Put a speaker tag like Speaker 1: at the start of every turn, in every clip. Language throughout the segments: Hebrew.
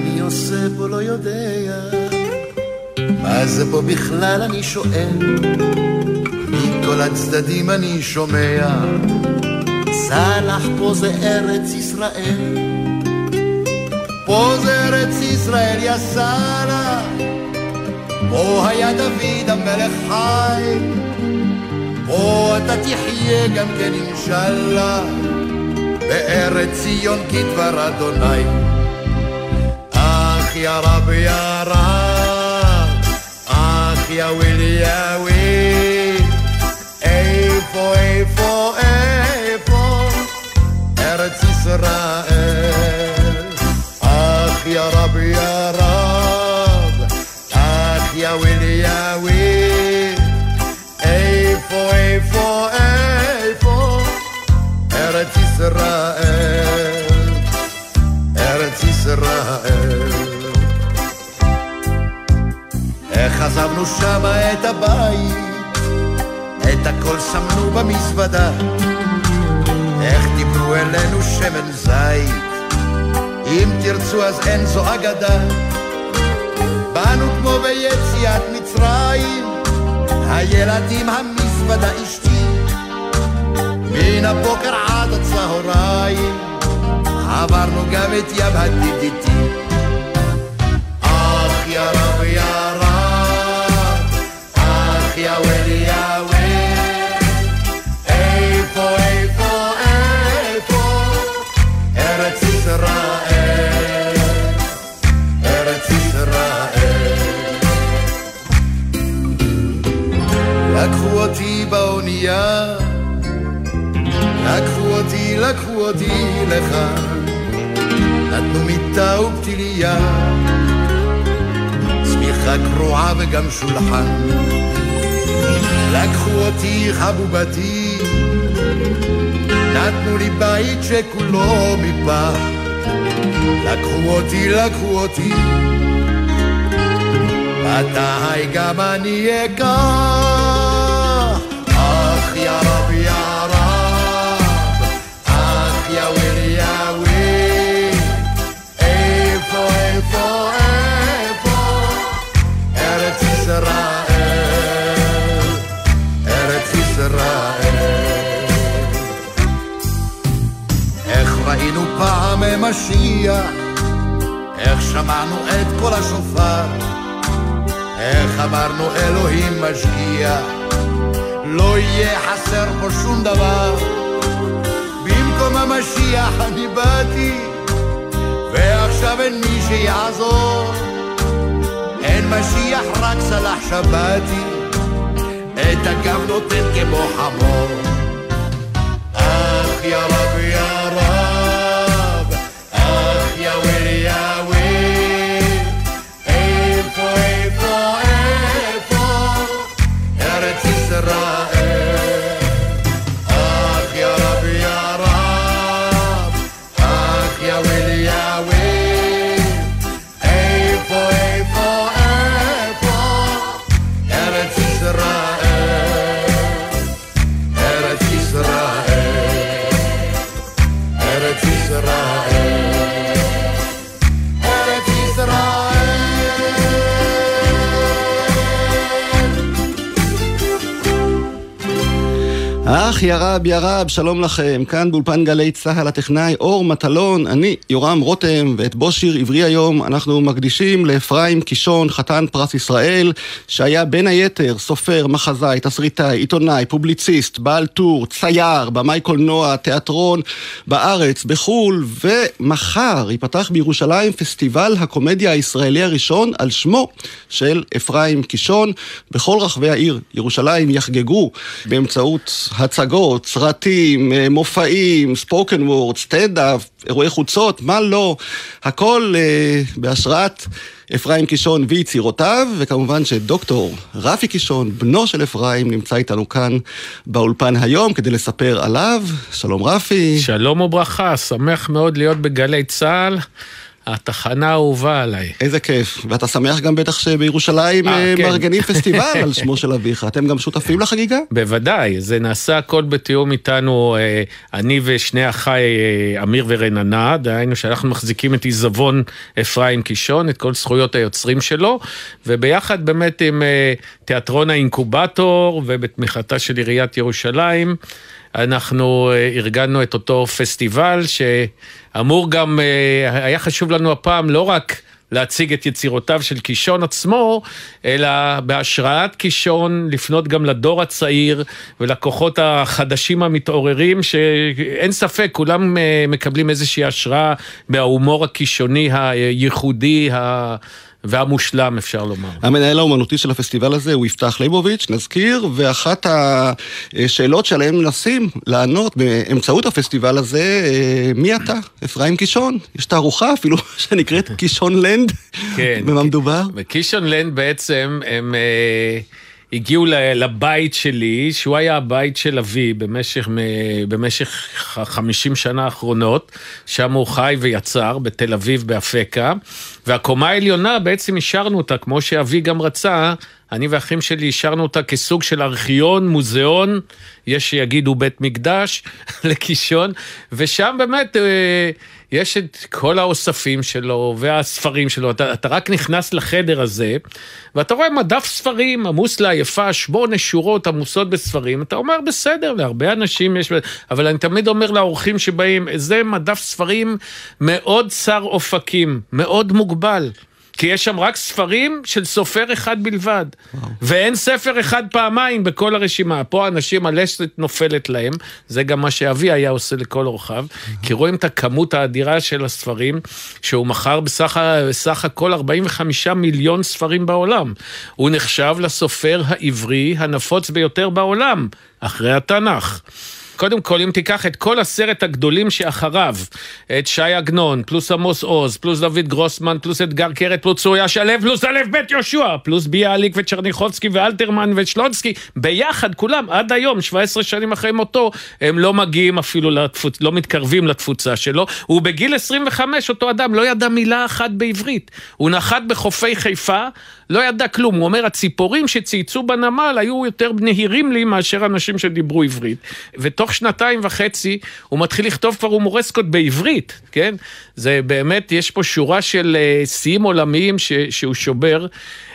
Speaker 1: אני עושה פה לא יודע, מה זה פה בכלל אני שואל, מכל הצדדים אני שומע, סלח פה זה ארץ ישראל, פה זה ארץ ישראל יא סלח, פה היה דוד המלך חי, פה אתה תחיה גם כן אינשאללה, בארץ ציון כדבר אדוני. אך יא רב יא רב, אך יא וויל יא וויל, איפה איפה איפה ארץ ישראל. אך יא רב יא רב, אך יא וויל יא וויל, איפה איפה איפה ארץ ישראל, ארץ ישראל. איך עזבנו שמה את הבית, את הכל שמנו במזוודה, איך דיברו אלינו שמן זית, אם תרצו אז אין זו אגדה, באנו כמו ביציאת מצרים, הילדים המזוודה אשתי, מן הבוקר עד הצהריים, עברנו גם את ים הדידיתי. אך יא רב יא רב, אך יא וויל יא וויל, איפה איפה איפה ארץ ישראל, ארץ ישראל. לקחו אותי באונייה, לקחו אותי לך, נתנו מיטה ופתיליה, צמיחה קרועה וגם שולחן, לקחו אותי חבובתי, נתנו לי בית שכולו מפח, לקחו אותי, מתי גם אני אקח. אך יא רב יא רב, אך יא וויל יא וויל, איפה איפה איפה ארץ ישראל, ארץ ישראל. איך ראינו פעם משיח, איך שמענו את כל השופר, איך אמרנו אלוהים משגיח, לא יהיה חסר פה שום דבר, במקום המשיח אני באתי, ועכשיו אין מי שיעזור, אין משיח רק סלח שבתי, את הגב נותן כמו חמור. אך יא רב יא רב, אך יא וויל יא וויל, איפה איפה איפה ארץ ישראל. אך יא רב יא רב, אך יא וויל יא וויל, איפה איפה איפה ארץ ישראל, ארץ ישראל, ארץ ישראל, ארץ ישראל.
Speaker 2: אך יא רב, שלום לכם, כאן באולפן גלי צהל הטכנאי אור מטלון, אני יורם רותם, ואת בו שיר עברי היום אנחנו מקדישים לאפרים קישון, חתן פרס ישראל, שהיה בין היתר סופר, מחזאי, תסריטאי, עיתונאי, פובליציסט, בעל טור, צייר, במאי קולנוע, תיאטרון, בארץ, בחול, ומחר ייפתח בירושלים פסטיבל הקומדיה הישראלי הראשון על שמו של אפרים קישון. בכל רחבי העיר ירושלים יחגגו באמצעות הצגות, סרטים, מופעים, ספוקן וורד, סטנדאפ, אירועי חוצות, מה לא, הכל בהשראת אפרים קישון ויצירותיו, וכמובן שדוקטור רפי קישון, בנו של אפרים, נמצא איתנו כאן באולפן היום כדי לספר עליו. שלום רפי.
Speaker 3: שלום וברכה, שמח מאוד להיות בגלי צהל. התחנה האהובה עליי.
Speaker 2: איזה כיף, ואתה שמח גם בטח שבירושלים מארגנים פסטיבל על שמו של אביך, אתם גם שותפים לחגיגה?
Speaker 3: בוודאי, זה נעשה הכל בתיאום איתנו, אני ושני אחי אמיר ורננה, דהיינו שאנחנו מחזיקים את עיזבון אפרים קישון, את כל זכויות היוצרים שלו, וביחד באמת עם תיאטרון האינקובטור, ובתמיכתה של עיריית ירושלים, אנחנו ארגנו את אותו פסטיבל שאמור גם, היה חשוב לנו הפעם לא רק להציג את יצירותיו של קישון עצמו, אלא בהשראת קישון לפנות גם לדור הצעיר ולכוחות החדשים המתעוררים, שאין ספק, כולם מקבלים איזושהי השראה מההומור הקישוני הייחודי והמושלם, אפשר לומר.
Speaker 2: המנהל האומנותי של הפסטיבל הזה הוא יפתח ליבוביץ', נזכיר, ואחת השאלות שעליהן מנסים לענות באמצעות הפסטיבל הזה, מי אתה? אפרים קישון? יש תערוכה אפילו שנקראת קישון לנד?
Speaker 3: כן.
Speaker 2: במה מדובר?
Speaker 3: וקישון לנד בעצם הם הגיעו לבית שלי, שהוא היה הבית של אבי במשך 50 שנה האחרונות, שם הוא חי ויצר בתל אביב באפקה, והקומה העליונה בעצם השארנו אותה, כמו שאבי גם רצה, אני ואחים שלי השארנו אותה כסוג של ארכיון, מוזיאון, יש שיגידו בית מקדש לקישון, ושם באמת יש את כל האוספים שלו והספרים שלו, אתה רק נכנס לחדר הזה, ואתה רואה מדף ספרים, עמוס לעייפה, 8 שורות עמוסות בספרים, אתה אומר בסדר, להרבה אנשים יש, אבל אני תמיד אומר לאורחים שבאים, זה מדף ספרים מאוד צר אופקים, מאוד מוגבל. כי יש שם רק ספרים של סופר אחד בלבד, ואין ספר אחד פעמיים בכל הרשימה. פה האנשים הלסת נופלת להם, זה גם מה שאבי היה עושה לכל אורחיו, כי רואים את הכמות האדירה של הספרים, שהוא מכר בסך הכל 45 מיליון ספרים בעולם. הוא נחשב לסופר העברי הנפוץ ביותר בעולם, אחרי התנ"ך. קודם כל, אם תיקח את כל 10 הגדולים שאחריו, את שי עגנון, פלוס עמוס עוז, פלוס דוד גרוסמן, פלוס אתגר קרת, פלוס צוריה שלו, פלוס אלף בית יהושע, פלוס ביאליק וצ'רניחובסקי ואלתרמן ושלונסקי, ביחד כולם, עד היום, 17 שנים אחרי מותו, הם לא מגיעים אפילו לא מתקרבים לתפוצה שלו, ובגיל 25 אותו אדם לא ידע מילה אחת בעברית, הוא נחת בחופי חיפה, לא ידע כלום, הוא אומר, הציפורים שצייצו בנמל היו יותר נהירים לי מאשר אנשים שדיברו עברית, ותוך 2.5 הוא מתחיל לכתוב כבר הומורסקות בעברית, כן? זה באמת, יש פה שורה של שיאים עולמיים שהוא שובר,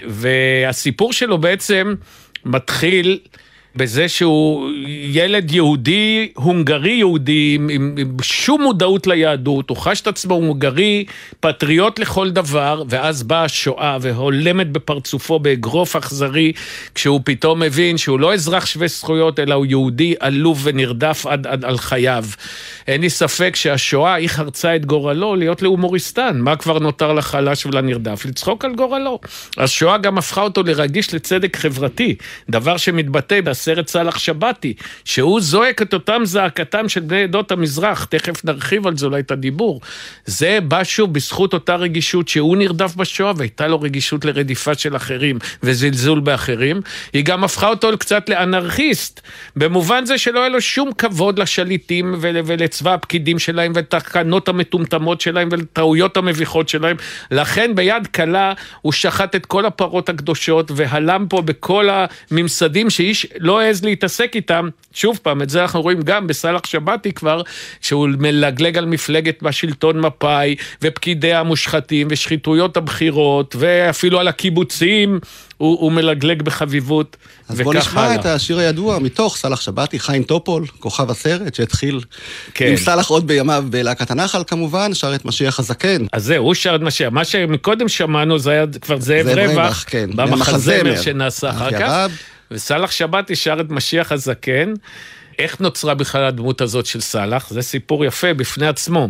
Speaker 3: והסיפור שלו בעצם מתחיל בזה שהוא ילד יהודי, הונגרי יהודי, עם שום מודעות ליהדות, הוא חש את עצמו הונגרי, פטריוט לכל דבר, ואז באה השואה והולמת בפרצופו באגרוף אכזרי, כשהוא פתאום מבין שהוא לא אזרח שווה זכויות, אלא הוא יהודי עלוב ונרדף עד על חייו. אין לי ספק שהשואה היא חרצה את גורלו להיות להומוריסטן, מה כבר נותר לחלש ולנרדף? לצחוק על גורלו. השואה גם הפכה אותו לרגיש לצדק חברתי, דבר שמתבטא בסרט סלח שבתי, שהוא זועק את אותם זעקתם של בני עדות המזרח, תכף נרחיב על זה אולי את הדיבור. זה בא שוב בזכות אותה רגישות שהוא נרדף בשואה, והייתה לו רגישות לרדיפה של אחרים וזלזול באחרים. היא גם הפכה אותו קצת לאנרכיסט, במובן זה שלא היה לו שום כבוד לשליטים ולצבא הפקידים שלהם ולתקנות המטומטמות שלהם ולטעויות המביכות שלהם. לכן ביד קלה הוא שחט את כל הפרות הקדושות והלם פה בכל הממסדים שאיש לא העז להתעסק איתם. שוב פעם, את זה אנחנו רואים גם בסלח שבתי כבר, שהוא מלגלג על מפלגת בשלטון מפאי ופקידי המושחתים ושחיתויות הבחירות ואפילו על הקיבוצים הוא מלגלג בחביבות.
Speaker 2: אז בוא נשמע את השיר הידוע מתוך סלח שבתי, חיים טופול, כוכב הסרט, שהתחיל עם סלח עוד בימיו בלהקת הנחל כמובן, שר את משיח הזקן.
Speaker 3: אז זהו, הוא שר את משיח. מה שמקודם שמענו זה היה כבר זאב רווח, במחזמר שנעשה אחר כך, וסלח שבתי שר את משיח הזקן. איך נוצרה בכלל הדמות הזאת של סלח? זה סיפור יפה בפני עצמו.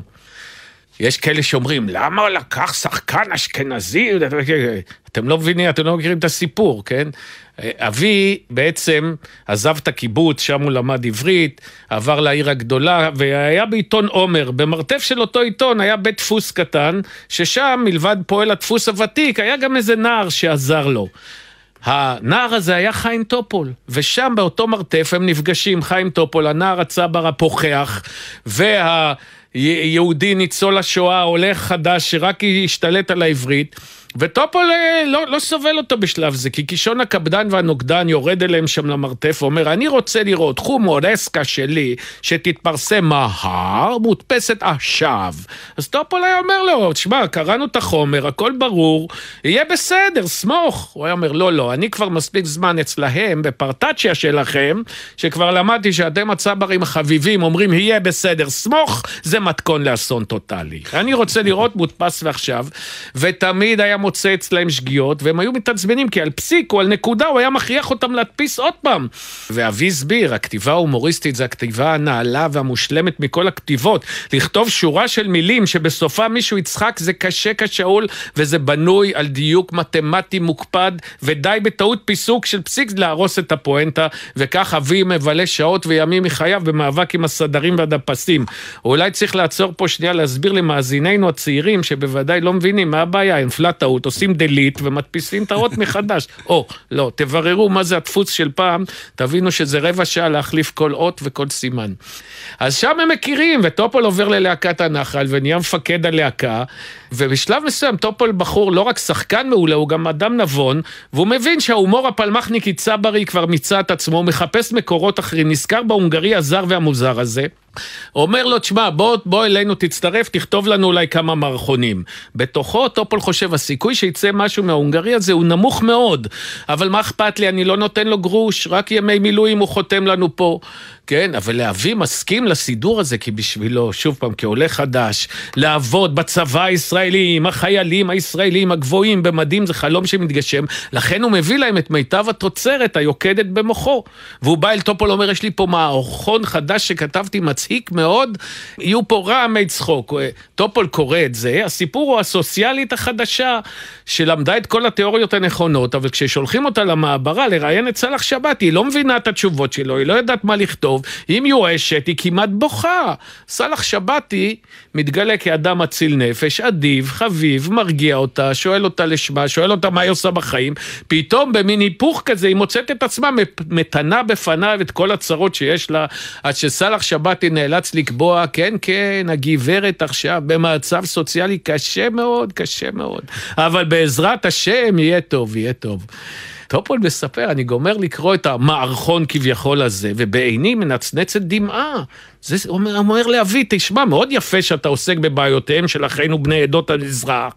Speaker 3: יש כאלה שאומרים, למה לקח שחקן אשכנזי? אתם לא מבינים, אתם לא מכירים את הסיפור, כן? אבי בעצם עזב את הקיבוץ, שם הוא למד עברית, עבר לעיר הגדולה, והיה בעיתון עומר, במרתף של אותו עיתון היה בית דפוס קטן, ששם מלבד פועל הדפוס הוותיק, היה גם איזה נער שעזר לו. הנער הזה היה חיים טופול, ושם באותו מרתף הם נפגשים, חיים טופול, הנער הצבר הפוחח, יהודי ניצול השואה, עולה חדש שרק ישתלט על העברית, וטופול לא סובל אותו בשלב זה, כי קישון הקפדן והנוגדן יורד אליהם שם למרתף ואומר, אני רוצה לראות חומורסקה שלי שתתפרסם מהר, מודפסת עכשיו. אז טופול היה אומר לו, תשמע, קראנו את החומר, הכל ברור, יהיה בסדר, סמוך. הוא היה אומר, לא, אני כבר מספיק זמן אצלהם, בפרטצ'יה שלכם, שכבר למדתי שאתם הצברים החביבים אומרים, יהיה בסדר, סמוך, זה מתכון לאסון טוטלי. אני רוצה לראות מודפס ועכשיו, ותמיד היה מוצא אצלהם שגיאות, והם היו מתעצבנים, כי על פסיק או על נקודה הוא היה מכריח אותם להדפיס עוד פעם. ואבי הסביר, הכתיבה ההומוריסטית זה הכתיבה הנעלה והמושלמת מכל הכתיבות. לכתוב שורה של מילים שבסופה מישהו יצחק זה קשה כשאול, וזה בנוי על דיוק מתמטי מוקפד, ודי בטעות פיסוק של פסיק להרוס את הפואנטה, וכך אבי מבלה שעות וימים מחייו במאבק עם הסדרים והדפסים. אולי צריך לעצור פה שנייה להסביר למאזינינו הצעירים, שבוודאי לא מבינים מה הבעיה, אינפלט טעות, עושים דליט ומדפיסים את האות מחדש. לא, תבררו מה זה הדפוס של פעם, תבינו שזה רבע שעה להחליף כל אות וכל סימן. אז שם הם מכירים, וטופול עובר ללהקת הנחל, ונהיה מפקד הלהקה, ובשלב מסוים טופול בחור לא רק שחקן מעולה, הוא גם אדם נבון, והוא מבין שההומור הפלמחניקי צברי כבר מיצה את עצמו, הוא מחפש מקורות אחרים, נזכר בהונגרי הזר והמוזר הזה, אומר לו, תשמע, בוא אלינו תצטרף, תכתוב לנו אולי כמה מערכונים. בתוכו טופול חושב, הסיכוי שיצא משהו מההונגרי הזה הוא נמוך מאוד, אבל מה אכפת לי, אני לא נותן לו גרוש, רק ימי מילואים הוא חותם לנו פה. כן, אבל להביא מסכים לסידור הזה, כי בשבילו, שוב פעם, כעולה חדש, לעבוד בצבא הישראלי, עם החיילים הישראלים הגבוהים במדים, זה חלום שמתגשם, לכן הוא מביא להם את מיטב התוצרת היוקדת במוחו. והוא בא אל טופול, אומר, יש לי פה מערכון חדש שכתבתי, מצחיק מאוד, יהיו פה רעמי צחוק. טופול קורא את זה, הסיפור הוא הסוציאלית החדשה, שלמדה את כל התיאוריות הנכונות, אבל כששולחים אותה למעברה לראיין את סלח שבתי, היא לא מבינה את התשובות שלו, היא לא יודעת מה לכתוב, היא מיואשת, היא כמעט בוכה. סלח שבתי מתגלה כאדם מציל נפש, אדיב, חביב, מרגיע אותה, שואל אותה לשמה, שואל אותה מה היא עושה בחיים, פתאום במין היפוך כזה, היא מוצאת את עצמה, מתנה בפניו את כל הצרות שיש לה, עד שסלח שבתי נאלץ לקבוע, כן, הגברת עכשיו במצב סוציאלי קשה מאוד, קשה מאוד. אבל בעזרת השם יהיה טוב, יהיה טוב. טופול מספר, אני גומר לקרוא את המערכון כביכול הזה, ובעיני מנצנצת דמעה. זה אומר להביא, תשמע, מאוד יפה שאתה עוסק בבעיותיהם של אחינו בני עדות המזרח,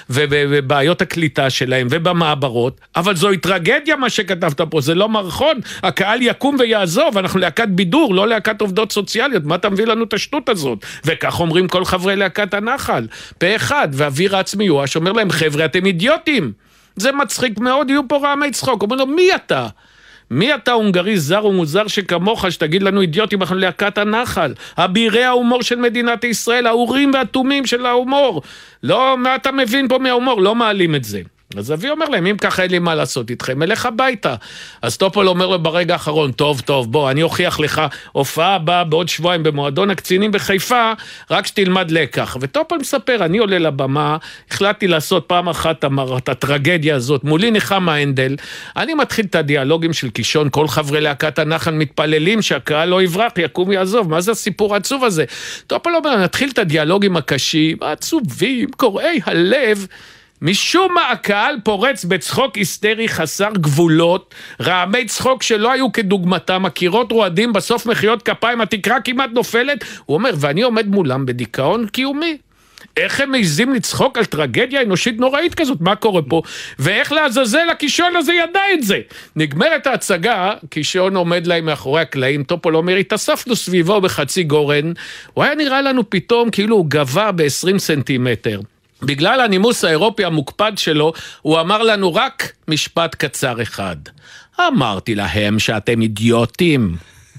Speaker 3: ובבעיות הקליטה שלהם, ובמעברות, אבל זוהי טרגדיה מה שכתבת פה, זה לא מערכון, הקהל יקום ויעזוב, אנחנו להקת בידור, לא להקת עובדות סוציאליות, מה אתה מביא לנו את השטות הזאת? וכך אומרים כל חברי להקת הנחל, פה אחד, ואוויר העצמי יואש, אומר להם, חבר'ה, אתם אידיוטים, זה מצחיק מאוד, יהיו פה רעמי צחוק. אומר לו, מי אתה? מי אתה הונגרי זר ומוזר שכמוך, שתגיד לנו אידיוטים, אנחנו להקת הנחל, אבירי ההומור של מדינת ישראל, האורים והתומים של ההומור. לא, מה אתה מבין פה מההומור? לא מעלים את זה. אז אבי אומר להם, אם ככה אין לי מה לעשות איתכם, אלך הביתה. אז טופול אומר לו ברגע האחרון, טוב, בוא, אני אוכיח לך, הופעה הבאה בעוד שבועיים במועדון הקצינים בחיפה, רק שתלמד לקח. וטופול מספר, אני עולה לבמה, החלטתי לעשות פעם אחת את הטרגדיה הזאת, מולי נחמה הנדל, אני מתחיל את הדיאלוגים של קישון, כל חברי להקת הנחל מתפללים שהקהל לא יברח, יקום יעזוב, מה זה הסיפור העצוב הזה? טופול אומר, נתחיל את הדיאלוגים הקשים, העצובים, קוראי הלב, משום מה הקהל פורץ בצחוק היסטרי חסר גבולות, רעמי צחוק שלא היו כדוגמתם, הקירות רועדים, בסוף מחיאות כפיים, התקרה כמעט נופלת, הוא אומר, ואני עומד מולם בדיכאון קיומי. איך הם מעיזים לצחוק על טרגדיה אנושית נוראית כזאת, מה קורה פה? ואיך לעזאזל הקישון הזה ידע את זה? נגמרת ההצגה, קישון עומד להם מאחורי הקלעים, טופול אומר, התאספנו סביבו בחצי גורן, הוא היה נראה לנו פתאום כאילו הוא גבה ב-20 סנטימטר. בגלל הנימוס האירופי המוקפד שלו, הוא אמר לנו רק משפט קצר אחד. אמרתי להם שאתם אידיוטים.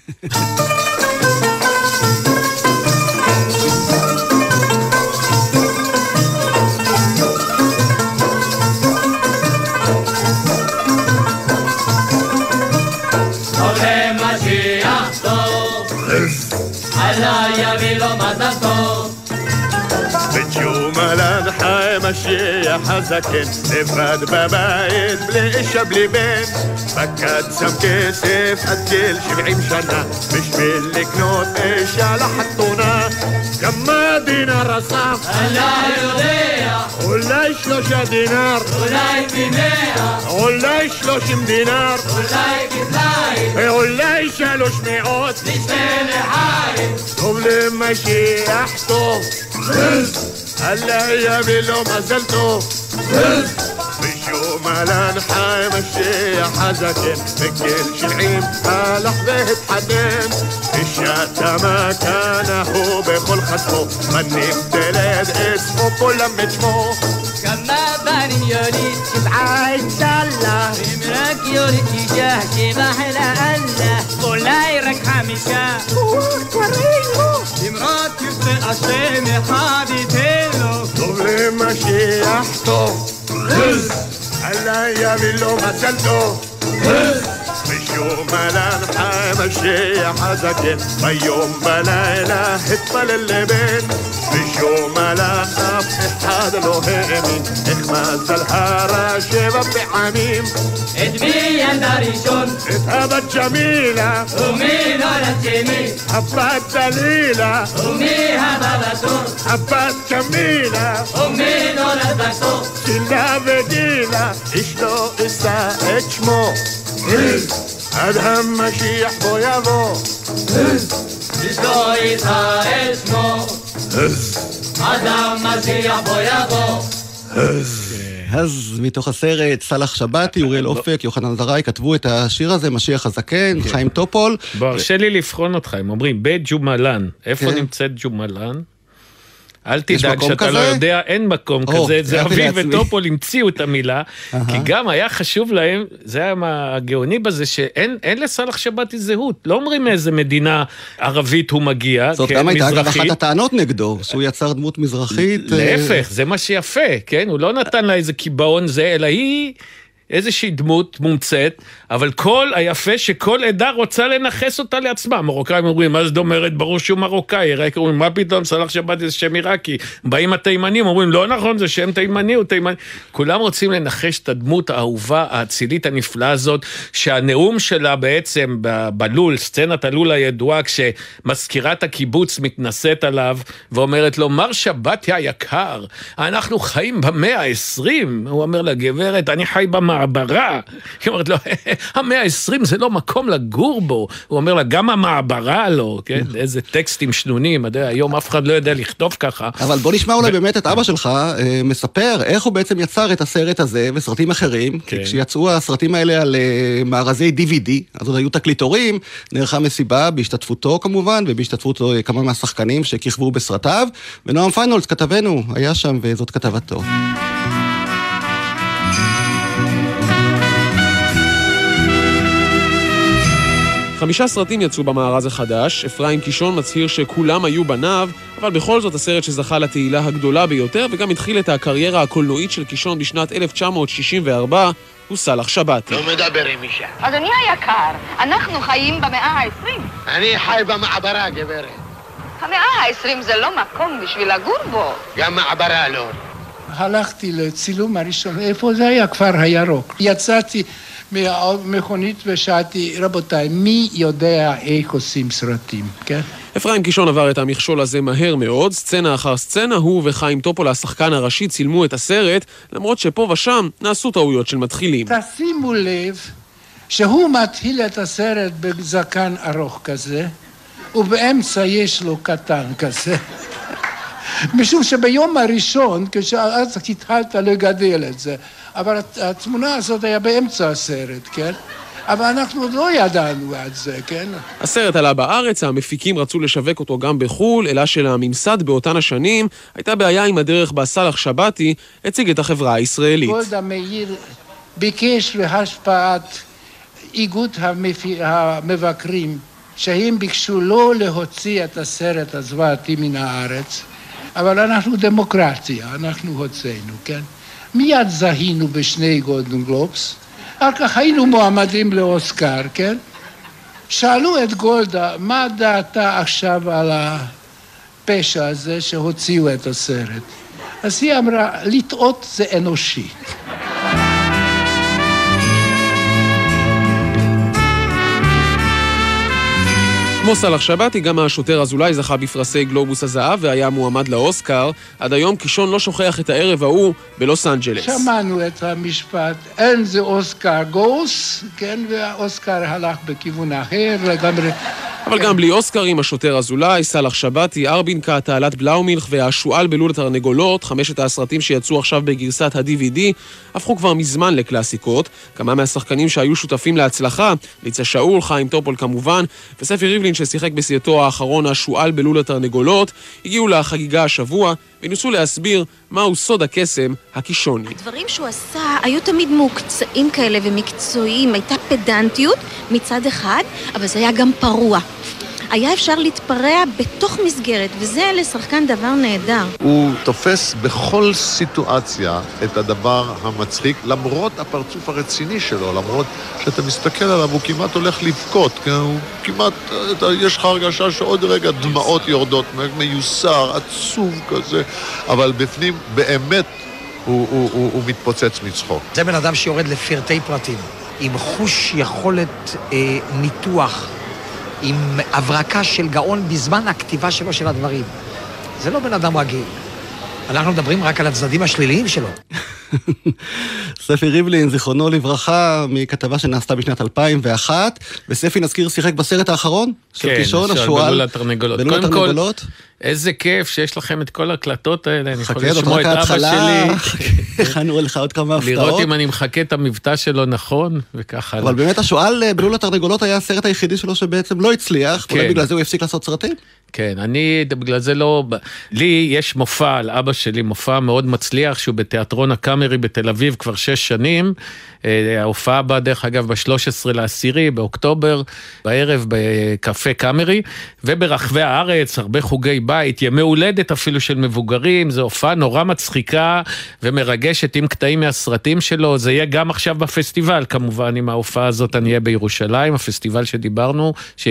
Speaker 1: עולה משיח טוב, עלה יביא לו מזל טוב.
Speaker 4: בג'ומלן חי משיח הזקן, לבד בבית בלי אישה בלי בן, פקד שם כסף עד גיל 70 שנה בשביל לקנות אישה לחתונה. כמה דינר אסף?
Speaker 1: אני יודע.
Speaker 4: אולי 3 דינר?
Speaker 1: אולי ב100.
Speaker 4: אולי 30 דינר?
Speaker 1: אולי כפליים.
Speaker 4: אולי 300?
Speaker 1: נשתה לחיים.
Speaker 4: טוב למשיח טוב. אללה יביא לו מזל טוב. בשומלן חי משיח הזקן, בגיל 70 הלך והתחתן. אישת המכנה הוא בכל חסמו, בנים תלד אסמו כולם את שמו.
Speaker 1: כמה בנים יוליד?
Speaker 5: 7 אינשאללה.
Speaker 1: אם רק יוליד 6 שבח לאללה. אולי רק 5. אם רק ירצה השם אחד ייתן לו.
Speaker 4: טוב למשיח טוב. אללה יביא לו מזל טוב. בשומלן חי משיח הזקן, ביום בלילה התפלל לבן. בשומלן אף אחד לא האמין, איך מזל הרע 7 פעמים.
Speaker 1: את מי ילדה ראשון?
Speaker 4: את הבת ג'מילה.
Speaker 1: ומי נולד שני?
Speaker 4: הבת דלילה.
Speaker 1: ומי הבא בתור?
Speaker 4: הבת ג'מילה.
Speaker 1: ומי נולד בתור?
Speaker 4: צילה וגילה, אשתו אשא את שמו. עד המשיח בו יבוא.
Speaker 1: אשתו ישראל שמו. עד המשיח בו יבוא.
Speaker 2: אז מתוך הסרט סלח שבתי, אוריאל אופק, יוחנן זרעי כתבו את השיר הזה, משיח הזקן, חיים טופול.
Speaker 3: בוא, הרשה לי לבחון אותך, הם אומרים, בית ג'ומלן, איפה נמצאת ג'ומלן? אל תדאג שאתה לא יודע, אין מקום כזה, זה אביב וטופול המציאו את המילה, כי גם היה חשוב להם, זה היה הגאוני בזה, שאין לסלח שבתי זהות, לא אומרים מאיזה מדינה ערבית הוא מגיע,
Speaker 2: זאת גם הייתה אגב אחת הטענות נגדו, שהוא יצר דמות מזרחית.
Speaker 3: להפך, זה מה שיפה, כן? הוא לא נתן לה איזה קיבעון זה, אלא היא איזושהי דמות מומצאת, אבל כל היפה שכל עדה רוצה לנחס אותה לעצמה. מרוקאים אומרים, מה זאת אומרת? ברור שהוא מרוקאי. עיראק אומרים, מה פתאום? סלח שבתי זה שם עיראקי. באים התימנים, אומרים, לא נכון, זה שם תימני, הוא תימני. כולם רוצים לנחש את הדמות האהובה, האצילית הנפלאה הזאת, שהנאום שלה בעצם בלול, סצנת הלול הידועה, כשמזכירת הקיבוץ מתנשאת עליו, ואומרת לו, מר שבתי היקר, אנחנו חיים במאה ה-20. הוא אומר לה, גברת, אני חי במעברה. היא אומרת לו, המאה ה-20 זה לא מקום לגור בו. הוא אומר לה, גם המעברה לא, כן? איזה טקסטים שנונים, היום אף אחד לא יודע לכתוב ככה.
Speaker 2: אבל בוא נשמע אולי באמת את אבא שלך מספר איך הוא בעצם יצר את הסרט הזה וסרטים אחרים, כי כשיצאו הסרטים האלה על מארזי DVD, אז עוד היו תקליטורים, נערכה מסיבה בהשתתפותו כמובן, ובהשתתפות כמה מהשחקנים שכיכבו בסרטיו, ונועם פיינולס כתבנו היה שם וזאת כתבתו.
Speaker 6: 5 סרטים יצאו במארז החדש, אפרים קישון מצהיר שכולם היו בניו, אבל בכל זאת הסרט שזכה לתהילה הגדולה ביותר, וגם התחיל את הקריירה הקולנועית של קישון בשנת 1964, הוא סלח שבתי.
Speaker 7: לא מדבר עם אישה.
Speaker 5: אדוני היקר, אנחנו חיים במאה ה-20.
Speaker 7: אני חי במעברה, גברת.
Speaker 5: המאה ה-20 זה לא מקום בשביל לגור בו.
Speaker 7: גם מעברה לא.
Speaker 8: הלכתי לצילום הראשון, איפה זה היה? כפר הירוק. יצאתי מהמכונית ושאלתי, רבותיי, מי יודע איך עושים סרטים, כן?
Speaker 6: אפרים קישון עבר את המכשול הזה מהר מאוד, סצנה אחר סצנה, הוא וחיים טופול, השחקן הראשי, צילמו את הסרט, למרות שפה ושם נעשו טעויות של מתחילים.
Speaker 8: תשימו לב שהוא מתחיל את הסרט בזקן ארוך כזה, ובאמצע יש לו קטן כזה. משום שביום הראשון, כשאז התחלת לגדל את זה, אבל התמונה הזאת היה באמצע הסרט, כן? אבל אנחנו עוד לא ידענו את זה, כן?
Speaker 6: הסרט עלה בארץ, המפיקים רצו לשווק אותו גם בחול, אלא שלממסד באותן השנים הייתה בעיה עם הדרך בה סלח שבתי הציג את החברה הישראלית.
Speaker 8: גולדה מאיר ביקש בהשפעת איגוד המבקרים, שהם ביקשו לא להוציא את הסרט הזוועתי מן הארץ, אבל אנחנו דמוקרטיה, אנחנו הוצאנו, כן? מיד זהינו בשני גולדן גלובס, אחר כך היינו מועמדים לאוסקר, כן? שאלו את גולדה, מה דעתה עכשיו על הפשע הזה שהוציאו את הסרט? אז היא אמרה, לטעות זה אנושי.
Speaker 6: כמו סלח שבתי, גם השוטר אזולאי זכה בפרסי גלובוס הזהב והיה מועמד לאוסקר. עד היום קישון לא שוכח את הערב ההוא בלוס אנג'לס.
Speaker 8: שמענו את המשפט, אין זה אוסקר גוס, כן, והאוסקר הלך בכיוון אחר לגמרי.
Speaker 6: אבל גם בלי אוסקרים, השוטר אזולאי, סלח שבתי, ארבינקה, תעלת בלאומילך והשועל בלול התרנגולות, 5 הסרטים שיצאו עכשיו בגרסת ה-DVD, הפכו כבר מזמן לקלאסיקות. כמה מהשחקנים שהיו שותפים להצלחה, ליצה שאול, חיים טופול כמובן, וספי ריבלין ששיחק בסרטו האחרון, השועל בלול התרנגולות, הגיעו לחגיגה השבוע וניסו להסביר מהו סוד הקסם הקישוני.
Speaker 9: הדברים שהוא עשה היו תמיד מוקצעים כאלה ומקצועיים, הייתה פדנטיות מצד אחד, אבל זה היה גם פרוע. היה אפשר להתפרע בתוך מסגרת, וזה לשחקן דבר נהדר.
Speaker 10: הוא תופס בכל סיטואציה את הדבר המצחיק, למרות הפרצוף הרציני שלו, למרות שאתה מסתכל עליו, הוא כמעט הולך לבכות, הוא כמעט, יש לך הרגשה שעוד רגע דמעות יורדות, מיוסר, עצוב כזה, אבל בפנים באמת הוא מתפוצץ מצחוק.
Speaker 11: זה בן אדם שיורד לפרטי פרטים, עם חוש יכולת ניתוח, עם הברקה של גאון בזמן הכתיבה שלו של הדברים. זה לא בן אדם רגיל. אנחנו מדברים רק על הצדדים השליליים שלו.
Speaker 2: ספי ריבלין, זיכרונו לברכה, מכתבה שנעשתה בשנת 2001, וספי נזכיר שיחק בסרט האחרון של קישון, השועל
Speaker 3: בלול התרנגולות.
Speaker 2: קודם כל,
Speaker 3: איזה כיף שיש לכם את כל הקלטות האלה, אני יכול לשמוע את אבא שלי.
Speaker 2: הכנו לך עוד כמה הפתעות.
Speaker 3: לראות אם אני מחכה את המבטא שלו נכון, וככה.
Speaker 2: אבל באמת השועל בלול התרנגולות היה הסרט היחידי שלו שבעצם לא הצליח, אולי בגלל זה הוא הפסיק לעשות סרטים?
Speaker 3: כן, אני בגלל זה לא... לי יש מופע על אבא שלי, מופע מאוד מצליח, שהוא בתיאטרון הקאמרי בתל אביב כבר 6 שנים. ההופעה באה דרך אגב ב-13/10 באוקטובר, בערב בקפה קאמרי, וברחבי הארץ, הרבה חוגי בית, ימי הולדת אפילו של מבוגרים, זו הופעה נורא מצחיקה ומרגשת עם קטעים מהסרטים שלו, זה יהיה גם עכשיו בפסטיבל, כמובן, עם ההופעה הזאת אני אהיה בירושלים, הפסטיבל שדיברנו,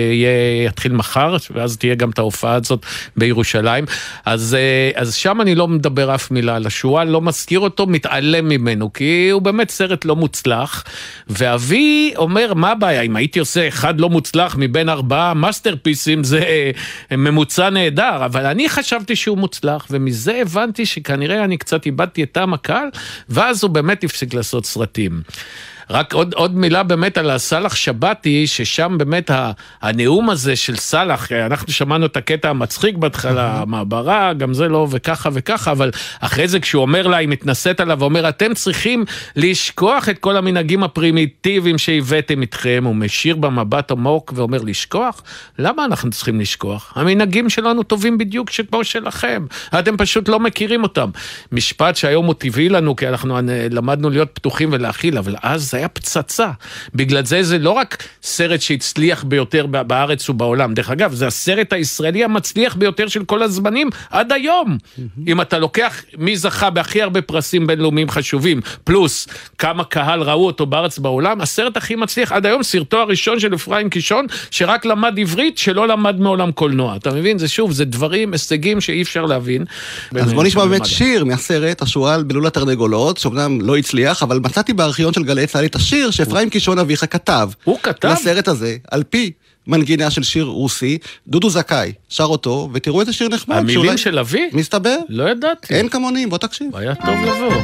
Speaker 3: שיתחיל מחר, ואז תהיה גם את ההופעה הזאת בירושלים, אז שם אני לא מדבר אף מילה על השועל, לא מזכיר אותו, מתעלם ממנו, כי הוא באמת סרט לא מוצלח, ואבי אומר, מה הבעיה, אם הייתי עושה אחד לא מוצלח מבין 4 מאסטרפיסים, זה ממוצע נהדר, אבל אני חשבתי שהוא מוצלח, ומזה הבנתי שכנראה אני קצת איבדתי את טעם הקהל, ואז הוא באמת הפסיק לעשות סרטים. רק עוד מילה באמת על סלח שבתי, ששם באמת הנאום הזה של סלח, אנחנו שמענו את הקטע המצחיק בהתחלה, המעברה, גם זה לא וככה וככה, אבל אחרי זה כשהוא אומר לה, היא מתנשאת עליו ואומר, אתם צריכים לשכוח את כל המנהגים הפרימיטיביים שהבאתם איתכם, הוא משאיר במבט עמוק ואומר, לשכוח? למה אנחנו צריכים לשכוח? המנהגים שלנו טובים בדיוק כמו שלכם, אתם פשוט לא מכירים אותם. משפט שהיום הוא טבעי לנו, כי אנחנו למדנו להיות פתוחים ולהכיל, אבל אז זה היה פצצה. בגלל זה לא רק סרט שהצליח ביותר בארץ ובעולם. דרך אגב, זה הסרט הישראלי המצליח ביותר של כל הזמנים עד היום. אם אתה לוקח מי זכה בהכי הרבה פרסים בינלאומיים חשובים, פלוס כמה קהל ראו אותו בארץ בעולם, הסרט הכי מצליח עד היום, סרטו הראשון של אפרים קישון, שרק למד עברית, שלא למד מעולם קולנוע. אתה מבין? זה שוב, זה דברים, הישגים שאי אפשר להבין.
Speaker 2: אז בוא נשמע באמת שיר מהסרט, השועל בלול התרנגולות, שאומנם לא הצליח, אבל מצאתי בארכיון של גלי צה"ל את השיר שאפרים קישון אביך כתב.
Speaker 3: הוא כתב?
Speaker 2: לסרט הזה, על פי מנגינה של שיר רוסי, דודו זכאי שר אותו, ותראו איזה שיר נחמד.
Speaker 3: המילים של אבי?
Speaker 2: מסתבר?
Speaker 3: לא ידעתי.
Speaker 2: אין כמונים, בוא תקשיב.
Speaker 3: היה טוב לבוא.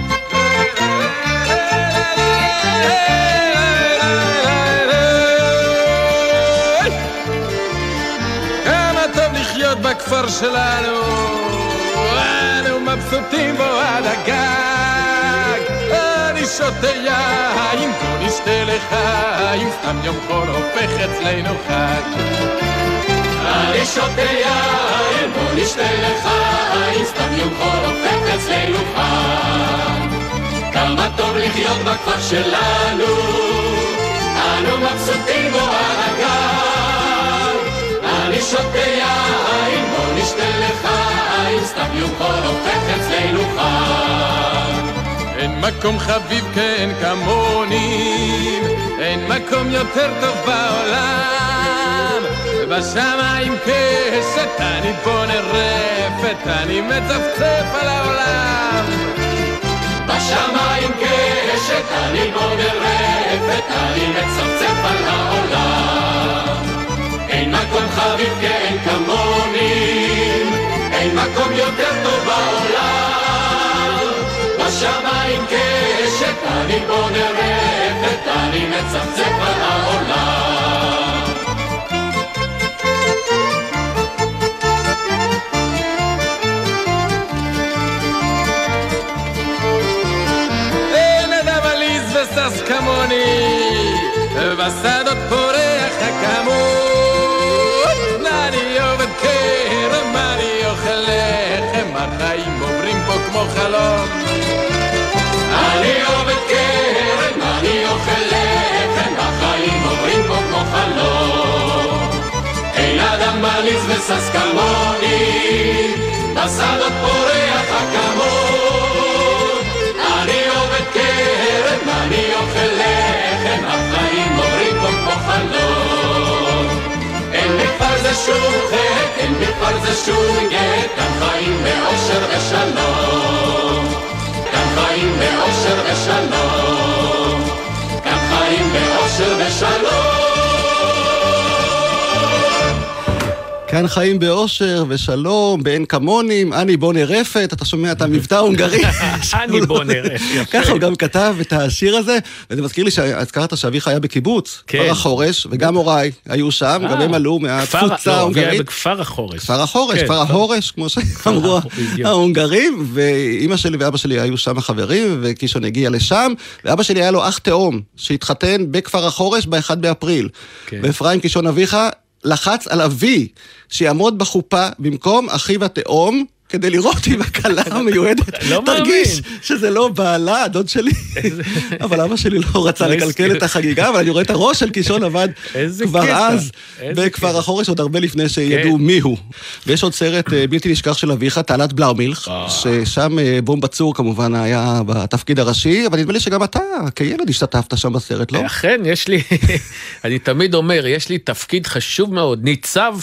Speaker 12: כמה טוב לחיות בכפר שלנו, אנו מבסוטים בו עד הגג. אני שותה יין, בוא נשתה לחיים, סתם יום חול הופך אצלנו חג. אני שותה יין, בוא נשתה לחיים, סתם יום חול הופך אצלנו חג. כמה טוב לחיות בכפר שלנו, אנו מבסוטים בו על הגג. אני שותה יין, בוא נשתה לחיים, סתם יום חול הופך אצלנו חג. אין מקום חביב כאין כמוני, אין מקום יותר טוב בעולם. בשמיים כשת אני בונה רפת, אני מצפצף על העולם. בשמיים כשת אני בונה רפת, אני מצפצף על העולם. אין אין מקום חביב כאין כמוני, אין מקום יותר טוב בעולם. בשמיים כאשת אני בונה רפת, אני מצפצף על העולם. אין אדם עליז וסס כמוני, בשדות פורח הכמות. מה אני עובד כרם, מה אני אוכל לחם, החיים עוברים פה כמו חלום. אני עובד כרם, אני אוכל לחם, החיים עוברים פה כמו חלום. אין אדם מליז וסס כמוני, בשדות פורח הכמות. אני עובד כרם, אני אוכל לחם, החיים עוברים פה כמו חלום. אין בכפר זה שום חטא, אין בכפר זה שום גט, כאן חיים באושר ושלום. כאן חיים באושר ושלום. כאן חיים באושר ושלום.
Speaker 2: כאן חיים באושר ושלום, באין כמונים, אני בונה רפת, אתה שומע את המבטא ההונגרי?
Speaker 3: אני בונה רפת.
Speaker 2: ככה הוא גם כתב את השיר הזה, וזה מזכיר לי שהזכרת שאביך היה בקיבוץ, כפר החורש, וגם הוריי היו שם, גם הם עלו מהתפוצה ההונגרית.
Speaker 3: היה בכפר החורש.
Speaker 2: כפר החורש, כפר ההורש, כמו שאמרו ההונגרים, ואמא שלי ואבא שלי היו שם חברים, וקישון הגיע לשם, ואבא שלי היה לו אח תאום, שהתחתן בכפר החורש ב-1 באפריל. ואפרים קישון אביך לחץ על אבי שיעמוד בחופה במקום אחיו התאום, כדי לראות אם הקלה המיועדת תרגיש שזה לא בעלה, הדוד שלי. אבל אבא שלי לא רצה לקלקל את החגיגה, אבל אני רואה את הראש של קישון עבד כבר אז, בכפר החורש, עוד הרבה לפני שידעו מיהו. ויש עוד סרט בלתי נשכח של אביך, תעלת בלאומילך, ששם בום בצור כמובן היה בתפקיד הראשי, אבל נדמה לי שגם אתה כילד השתתפת שם בסרט, לא?
Speaker 3: אכן, יש לי, אני תמיד אומר, יש לי תפקיד חשוב מאוד, ניצב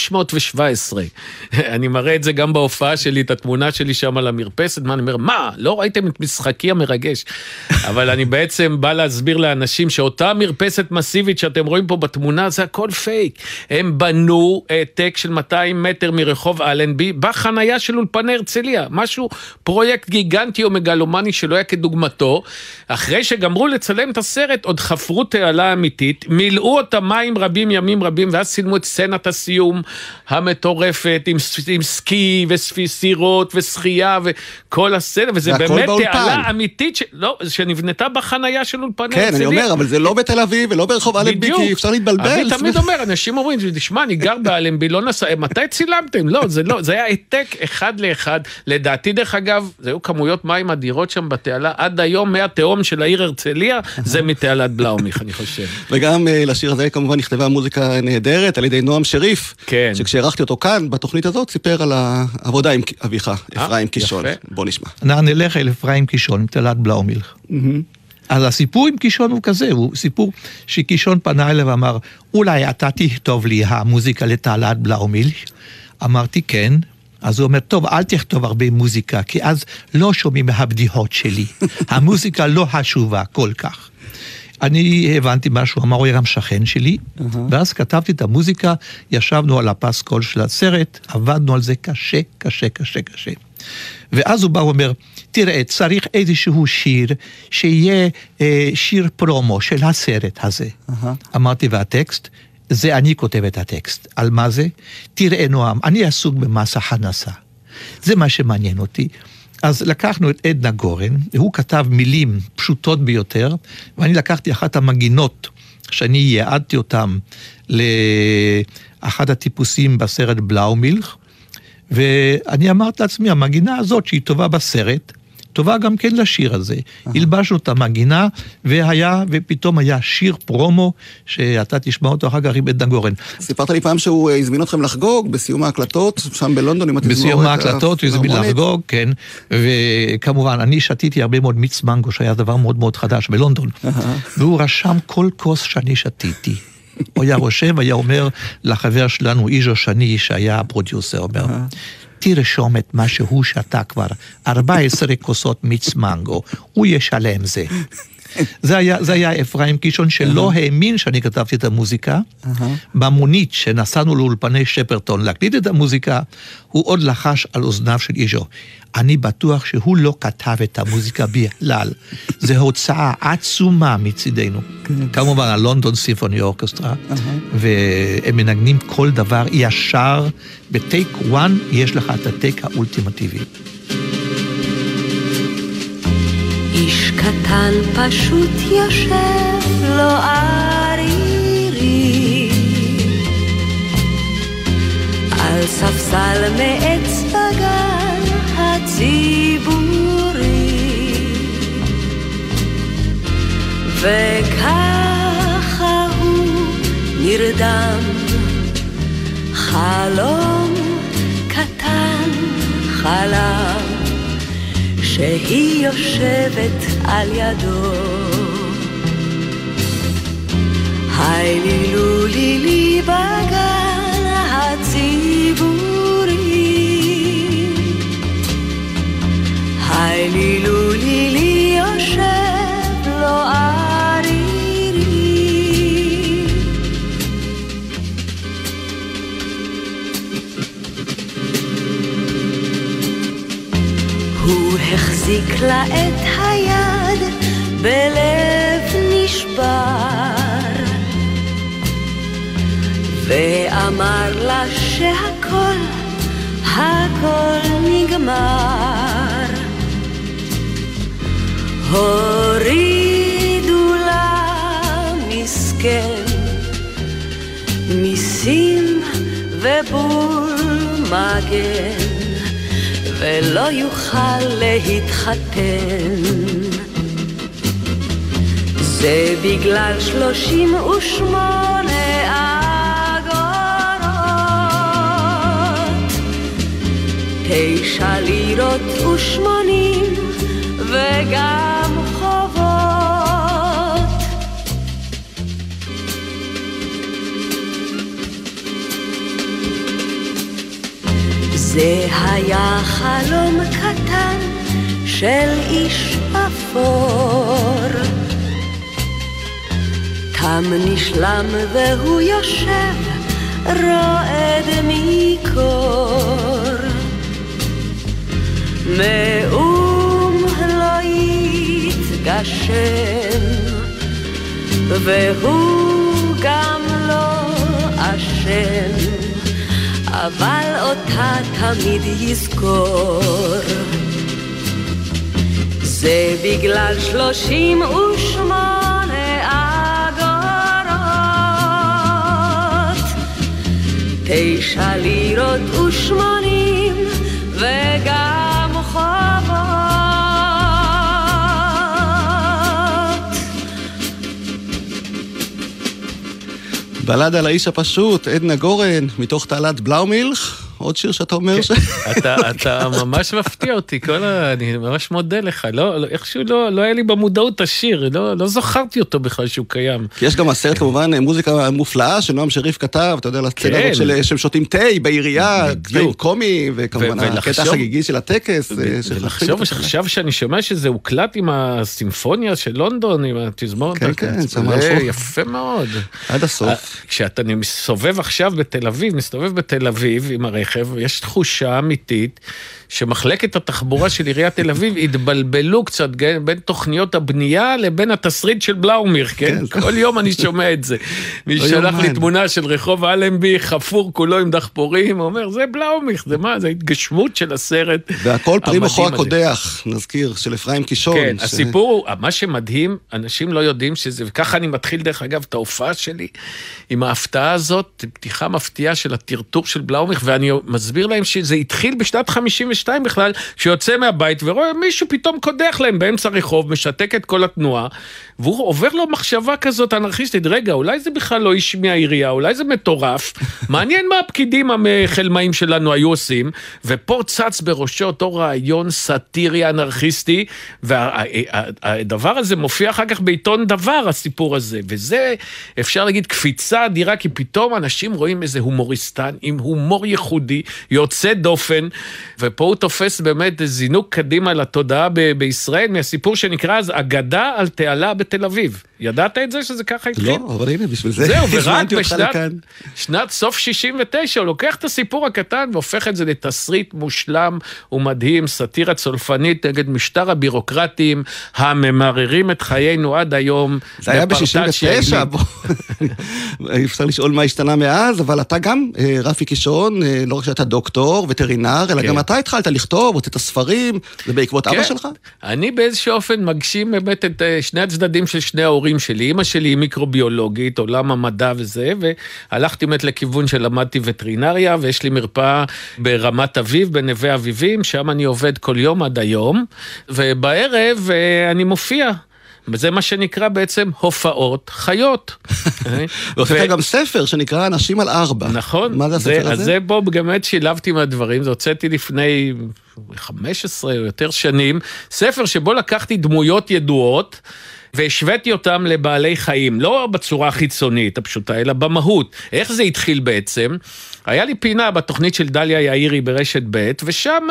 Speaker 3: 317. אני מראה את זה גם בהופעה שלי, את התמונה שלי שם על המרפסת, מה אני אומר, מה? לא ראיתם את משחקי המרגש? אבל אני בעצם בא להסביר לאנשים שאותה מרפסת מסיבית שאתם רואים פה בתמונה, זה הכל פייק. הם בנו העתק של 200 מטר מרחוב אלנבי, בחנייה של אולפני הרצליה, משהו, פרויקט גיגנטי או מגלומני שלא היה כדוגמתו. אחרי שגמרו לצלם את הסרט, עוד חפרו תעלה אמיתית, מילאו אותה מים רבים, ימים רבים, ואז צילמו את סצנת הסיום המטורפת, עם סקי סירות ושחייה וכל הסצנה, וזה באמת תעלה אמיתית שנבנתה בחנייה של אולפני הרצליה.
Speaker 2: כן, אני אומר, אבל זה לא בתל אביב ולא ברחוב אלנבי, כי אפשר להתבלבל.
Speaker 3: אני תמיד אומר, אנשים אומרים, תשמע, אני גר באלנבי, לא נסע, מתי צילמתם? לא, זה היה העתק אחד לאחד. לדעתי, דרך אגב, זה היו כמויות מים אדירות שם בתעלה, עד היום מהתהום של העיר הרצליה, זה מתעלת בלאומיך, אני חושב.
Speaker 2: וגם לשיר הזה כמובן נכתבה מוזיקה נהדרת על ידי נועם שריף, שכשערכתי אותו כאן, בתוכנית הזאת, סיפר על העבודה עם אביך, אפרים קישון. בוא נשמע.
Speaker 13: נלך אל אפרים קישון, תעלת בלאומילך. אז הסיפור עם קישון הוא כזה, הוא סיפור שקישון פנה אליו ואמר, אולי אתה תכתוב לי המוזיקה לתעלת בלאומילך? אמרתי כן. אז הוא אומר, טוב, אל תכתוב הרבה מוזיקה, כי אז לא שומעים מהבדיחות שלי. המוזיקה לא חשובה כל כך. אני הבנתי משהו, אמר, הוא היה גם שכן שלי, ואז כתבתי את המוזיקה, ישבנו על הפסקול של הסרט, עבדנו על זה קשה, קשה, קשה, קשה. ואז הוא בא ואומר, תראה, צריך איזשהו שיר, שיהיה שיר פרומו של הסרט הזה. אמרתי, והטקסט? זה אני כותב את הטקסט. על מה זה? תראה נועם, אני עסוק במס הכנסה. זה מה שמעניין אותי. אז לקחנו את עדנה גורן, הוא כתב מילים פשוטות ביותר, ואני לקחתי אחת המגינות, שאני יעדתי אותם לאחד הטיפוסים בסרט בלאומילך, ואני אמרתי לעצמי, המגינה הזאת שהיא טובה בסרט, טובה גם כן לשיר הזה. הלבשנו את המגינה, ופתאום היה שיר פרומו, שאתה תשמע אותו אחר כך עם עדנה גורן.
Speaker 2: סיפרת לי פעם שהוא הזמין אתכם לחגוג בסיום ההקלטות, שם בלונדון, אם את תזמור את...
Speaker 13: בסיום ההקלטות הוא הזמין לחגוג, כן. וכמובן, אני שתיתי הרבה מאוד מיץ מנגו, שהיה דבר מאוד מאוד חדש בלונדון. והוא רשם כל כוס שאני שתיתי. הוא היה רושם, והיה אומר לחבר שלנו, איז'ו שני, שהיה הפרודיוסר, אומר, תרשום את מה שהוא שתה כבר, 14 כוסות מיץ מנגו, הוא ישלם זה. זה היה אפרים קישון שלא האמין שאני כתבתי את המוזיקה. במונית שנסענו לאולפני שפרטון להקליט את המוזיקה, הוא עוד לחש על אוזניו של איז'ו. אני בטוח שהוא לא כתב את המוזיקה בכלל. זה הוצאה עצומה מצידנו. כמובן הלונדון סימפוני אורקסטרה, והם מנגנים כל דבר ישר. בטייק 1 יש לך את הטייק האולטימטיבי.
Speaker 14: איש קטן פשוט יושב לו ערירי על ספסל מעץ בגן הציבורי, וככה הוא נרדם, חלום קטן חלם שהיא יושבת על ידו. היי לילו לילי בגן הציבורי, היי לילו לילי יושב לו ערירי. הוא החזיק לה את היד בלב נשבר ואמר לה שהכל, הכל נגמר. הורידו לה מסכן מיסים ובול מגן ולא יוכל להתחתן. זה בגלל 38 אגורות, 9 לירות ו80 וגם חובות. זה היה חלום קטן של איש אפור, תם נשלם והוא יושב רועד מקור. מאום לא יתגשם והוא גם לא אשם, אבל אותה תמיד יזכור. זה בגלל 38 אגורות, 9 לירות ו80 וגם חובות.
Speaker 2: בלד על האיש הפשוט, עדנה גורן, מתוך תעלת בלאומילך. עוד שיר שאתה אומר ש...
Speaker 3: אתה ממש מפתיע אותי, אני ממש מודה לך, איכשהו לא היה לי במודעות השיר, לא זכרתי אותו בכלל שהוא קיים.
Speaker 2: כי יש גם הסרט כמובן מוזיקה מופלאה שנועם שריף כתב, אתה יודע, לצלע הזאת שהם שותים תה בעירייה, תה קומי, וכמובן הקטע החגיגי של הטקס.
Speaker 3: ולחשוב עכשיו שאני שומע שזה הוקלט עם הסימפוניה של לונדון, עם התזמורת.
Speaker 2: כן,
Speaker 3: זה יפה מאוד.
Speaker 2: עד הסוף.
Speaker 3: כשאתה מסתובב עכשיו בתל אביב עם הרכב, יש תחושה אמיתית שמחלקת התחבורה של עיריית תל אביב התבלבלו קצת בין תוכניות הבנייה לבין התסריט של בלאומילך, כן? כל יום אני שומע את זה. מי שלח לי תמונה של רחוב אלנבי, חפור כולו עם דחפורים, אומר, זה בלאומילך, זה מה? זה התגשמות של הסרט.
Speaker 2: והכל פרי מוחו הקודח, נזכיר, של אפרים קישון.
Speaker 3: כן, הסיפור, מה שמדהים, אנשים לא יודעים שזה, וככה אני מתחיל דרך אגב את ההופעה שלי, עם ההפתעה הזאת, פתיחה מפתיעה של הטרטור של בלאומילך, ואני מסביר להם שזה התחיל בשנת 52 בכלל, שיוצא מהבית ורואה מישהו פתאום קודח להם באמצע רחוב, משתק את כל התנועה, והוא עובר לו מחשבה כזאת אנרכיסטית, רגע, אולי זה בכלל לא איש מהעירייה, אולי זה מטורף, מעניין מה הפקידים החלמאים שלנו היו עושים, ופה צץ בראשו אותו רעיון סאטירי אנרכיסטי, והדבר הזה מופיע אחר כך בעיתון דבר, הסיפור הזה, וזה אפשר להגיד קפיצה אדירה, כי פתאום אנשים רואים איזה הומוריסטן, עם הומור ייחודי, יוצא דופן, ופה הוא תופס באמת זינוק קדימה לתודעה בישראל, מהסיפור שנקרא אז אגדה על תעלה בתל אביב. ידעת את זה שזה ככה התחיל?
Speaker 2: לא, אבל הנה, בשביל זה
Speaker 3: זהו, ורק
Speaker 2: הזמנתי אותך לכאן.
Speaker 3: בשנת סוף 69, הוא לוקח את הסיפור הקטן והופך את זה לתסריט מושלם ומדהים, סאטירה צולפנית נגד משטר הבירוקרטים הממררים את חיינו עד היום.
Speaker 2: זה היה ב-69, אפשר לשאול מה השתנה מאז, אבל אתה גם, רפי קישון, לא רק שאתה דוקטור, וטרינר, אלא גם אתה התחלת לכתוב, הוצאת הספרים, זה בעקבות אבא שלך?
Speaker 3: אני באיזשהו אופן מגשים באמת את שני הצדדים של שני ההורים שלי. אמא שלי היא מיקרוביולוגית, עולם המדע וזה, והלכתי באמת לכיוון שלמדתי וטרינריה, ויש לי מרפאה ברמת אביב, בנווה אביבים, שם אני עובד כל יום עד היום, ובערב אני מופיע. וזה מה שנקרא בעצם הופעות חיות.
Speaker 2: והוצאת גם ספר שנקרא אנשים על 4.
Speaker 3: נכון.
Speaker 2: מה זה הספר הזה?
Speaker 3: אז זה בו באמת שילבתי מהדברים, זה הוצאתי לפני 15 או יותר שנים, ספר שבו לקחתי דמויות ידועות, והשוויתי אותם לבעלי חיים, לא בצורה החיצונית הפשוטה, אלא במהות. איך זה התחיל בעצם? היה לי פינה בתוכנית של דליה יאירי ברשת ב', ושם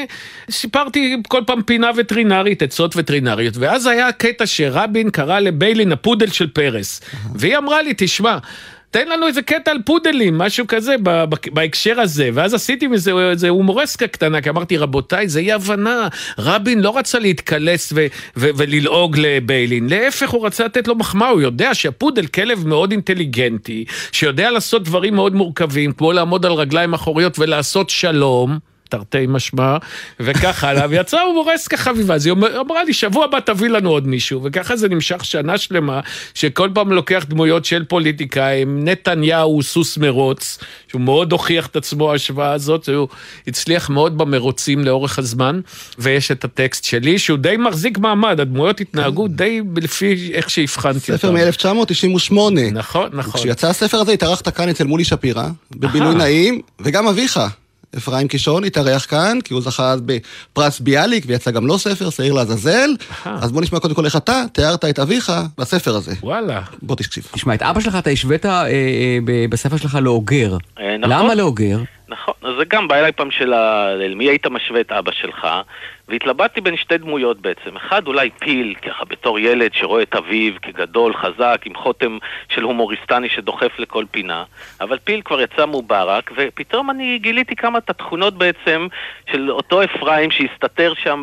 Speaker 3: סיפרתי כל פעם פינה וטרינרית, עצות וטרינריות, ואז היה קטע שרבין קרא לביילין הפודל של פרס, והיא אמרה לי, תשמע, תן לנו איזה קטע על פודלים, משהו כזה בהקשר הזה, ואז עשיתי מזה איזה הומורסקה קטנה, כי אמרתי, רבותיי, זה אי הבנה, רבין לא רצה להתקלס וללעוג לביילין, להפך הוא רצה לתת לו מחמאה, הוא יודע שהפודל כלב מאוד אינטליגנטי, שיודע לעשות דברים מאוד מורכבים, כמו לעמוד על רגליים אחוריות ולעשות שלום, תרתי משמע, וככה עליו, יצא הומורסקה חביבה, אז היא אמרה לי, שבוע הבא תביא לנו עוד מישהו, וככה זה נמשך שנה שלמה, שכל פעם לוקח דמויות של פוליטיקאים, נתניהו, סוס מרוץ, שהוא מאוד הוכיח את עצמו ההשוואה הזאת, הוא הצליח מאוד במרוצים לאורך הזמן, ויש את הטקסט שלי, שהוא די מחזיק מעמד, הדמויות התנהגו די לפי איך שהבחנתי אותם.
Speaker 2: ספר מ-1998.
Speaker 3: נכון, נכון.
Speaker 2: כשיצא הספר הזה, התארחת כאן אצל מולי שפירא, בבילוי נעים, וגם אביך. אפרים קישון התארח כאן, כי הוא זכה בפרס ביאליק, ויצא גם לו ספר, שעיר לעזאזל. אז בוא נשמע קודם כל איך אתה תיארת את אביך בספר הזה.
Speaker 3: וואלה.
Speaker 2: בוא תקשיב.
Speaker 15: תשמע, את אבא שלך אתה השווית בספר שלך לאוגר.
Speaker 16: נכון.
Speaker 15: למה לאוגר?
Speaker 16: נכון, אז זה גם בא אליי פעם של מי היית משווה את אבא שלך, והתלבטתי בין שתי דמויות בעצם. אחד אולי פיל, ככה בתור ילד שרואה את אביו כגדול, חזק, עם חותם של הומוריסטני שדוחף לכל פינה, אבל פיל כבר יצא מוברק, ופתאום אני גיליתי כמה את התכונות בעצם של אותו אפרים שהסתתר שם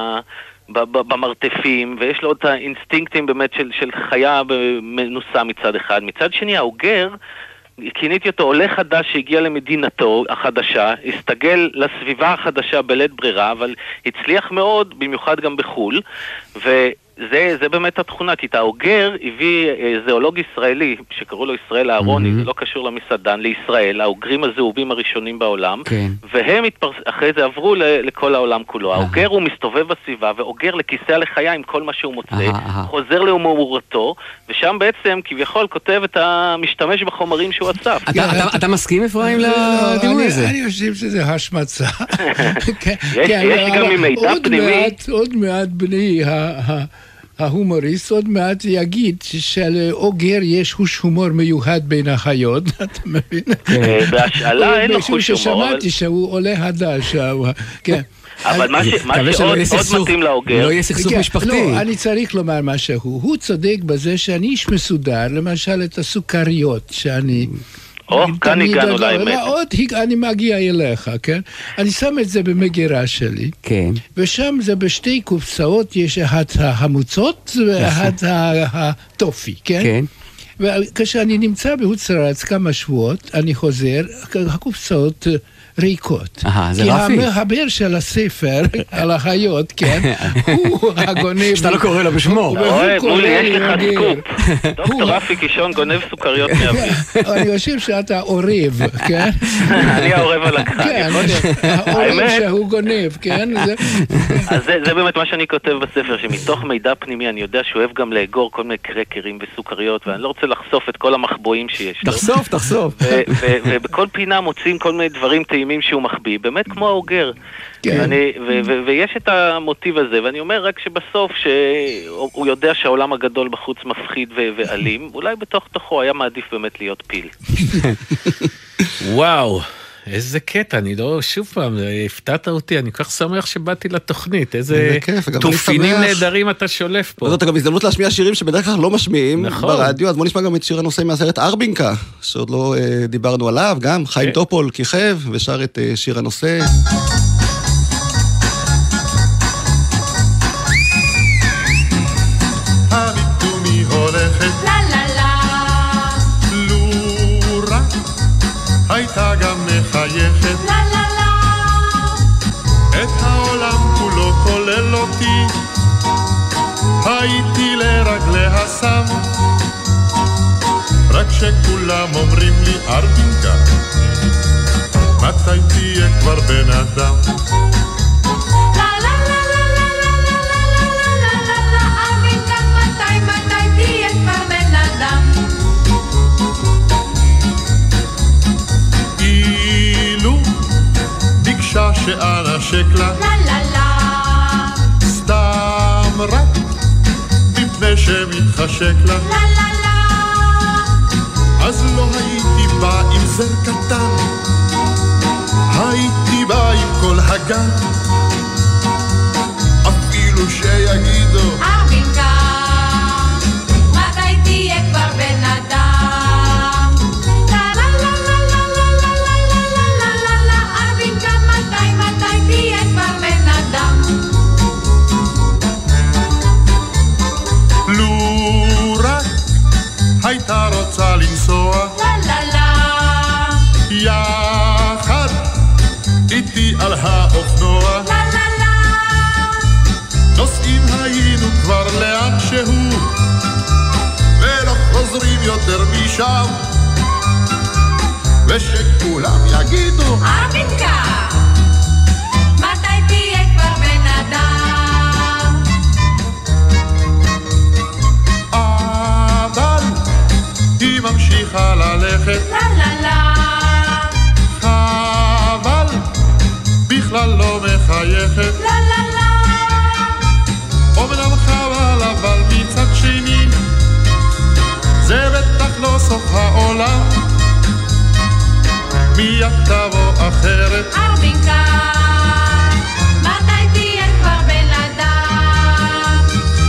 Speaker 16: במרתפים, ויש לו את האינסטינקטים באמת של חיה מנוסה מצד אחד. מצד שני, האוגר, כיניתי אותו עולה חדש שהגיע למדינתו החדשה, הסתגל לסביבה החדשה בלית ברירה, אבל הצליח מאוד, במיוחד גם בחול, וזה באמת התכונה, כי את האוגר הביא זואולוג ישראלי, שקראו לו ישראל אהרוני, זה לא קשור למסעדן, לישראל, האוגרים הזהובים הראשונים בעולם, והם אחרי זה עברו לכל העולם כולו. האוגר הוא מסתובב בסביבה, ואוגר לכיסא לחיה עם כל מה שהוא מוצא, חוזר להומורתו, ושם בעצם כביכול כותב את המשתמש בחומרים שהוא אסף.
Speaker 15: אתה מסכים אפרים לדימוי הזה?
Speaker 8: אני חושב שזה השמצה.
Speaker 16: יש גם ממידע פנימי.
Speaker 8: עוד מעט בני ההומוריסט עוד מעט יגיד שלאוגר יש חוש הומור מיוחד בין החיות, אתה מבין?
Speaker 16: בהשאלה אין לו חוש הומור.
Speaker 8: ששמעתי שהוא עולה חדש, כן.
Speaker 16: אבל מה שעוד מתאים לאוגר...
Speaker 15: לא יהיה סכסוך משפחתי.
Speaker 8: לא, אני צריך לומר משהו. הוא צודק בזה שאני איש מסודר, למשל את הסוכריות שאני...
Speaker 16: כאן הגענו לאמת.
Speaker 8: עוד אני מגיע אליך, כן? אני שם את זה במגירה שלי.
Speaker 15: כן.
Speaker 8: ושם זה בשתי קופסאות, יש אחת המוצות ואחת הטופי, כן?
Speaker 15: כן.
Speaker 8: וכשאני נמצא בחוץ לארץ כמה שבועות, אני חוזר, הקופסאות ריקות.
Speaker 15: זה
Speaker 8: כי
Speaker 15: רפי.
Speaker 8: המחבר של הספר על החיות, כן, הוא הגונב.
Speaker 15: שאתה לא קורא לו בשמו.
Speaker 16: מולי, יש לך סקופ. דוקטור רפי קישון גונב סוכריות מאביב.
Speaker 8: אני חושב שאתה עורב, כן?
Speaker 16: אני העורב על הקרן.
Speaker 8: כן, העורב שהוא גונב, כן?
Speaker 16: אז זה באמת מה שאני כותב בספר, שמתוך מידע פנימי אני יודע שהוא אוהב גם לאגור כל מיני קרקרים וסוכריות, ואני לא רוצה לחשוף את כל המחבואים שיש לו.
Speaker 15: תחשוף.
Speaker 16: ובכל פינה מוצאים כל מיני דברים טעימים שהוא מחביא, באמת כמו האוגר. ויש את המוטיב הזה, ואני אומר רק שבסוף שהוא יודע שהעולם הגדול בחוץ מפחיד ואלים, אולי בתוך תוכו היה מעדיף באמת להיות פיל.
Speaker 3: וואו, איזה קטע, אני לא, שוב פעם, הפתעת אותי, אני כל כך שמח שבאתי לתוכנית, איזה תופינים נהדרים אתה שולף פה.
Speaker 2: וזאת גם הזדמנות להשמיע שירים שבדרך כלל לא משמיעים ברדיו, אז בוא נשמע גם את שיר הנושא מהסרט ארבינקה, שעוד לא דיברנו עליו, גם חיים טופול כיכב ושר את שיר הנושא.
Speaker 4: הביטומי הולכת הייתה גם מחייכת את העולם כולו כולל אותי הייתי לרגליה שם רק שכולם אומרים לי ארבינקה מתי תהיה כבר בן אדם ארבינקה מתי תהיה כבר בן אדם שאנשק לה סתם רק מפני שמתחשק לה אז לא הייתי בא עם זר קטן הייתי בא עם כל הגן אפילו שיגידו ארבינקה מתי תהיה כבר בן אדם הייתה רוצה לנסוע יחד איתי על האופנוע נוסעים היינו כבר לאן שהוא ולא חוזרים יותר משם ושכולם יגידו ארבינקה מתי תהיה כבר בן אדם היא ממשיכה ללכת חבל בכלל לא מחייכת אומנם חבל אבל מצד שני זה בטח לא סוף העולם מיד תבוא אחרת ארבינקה מתי תהיה כבר בן אדם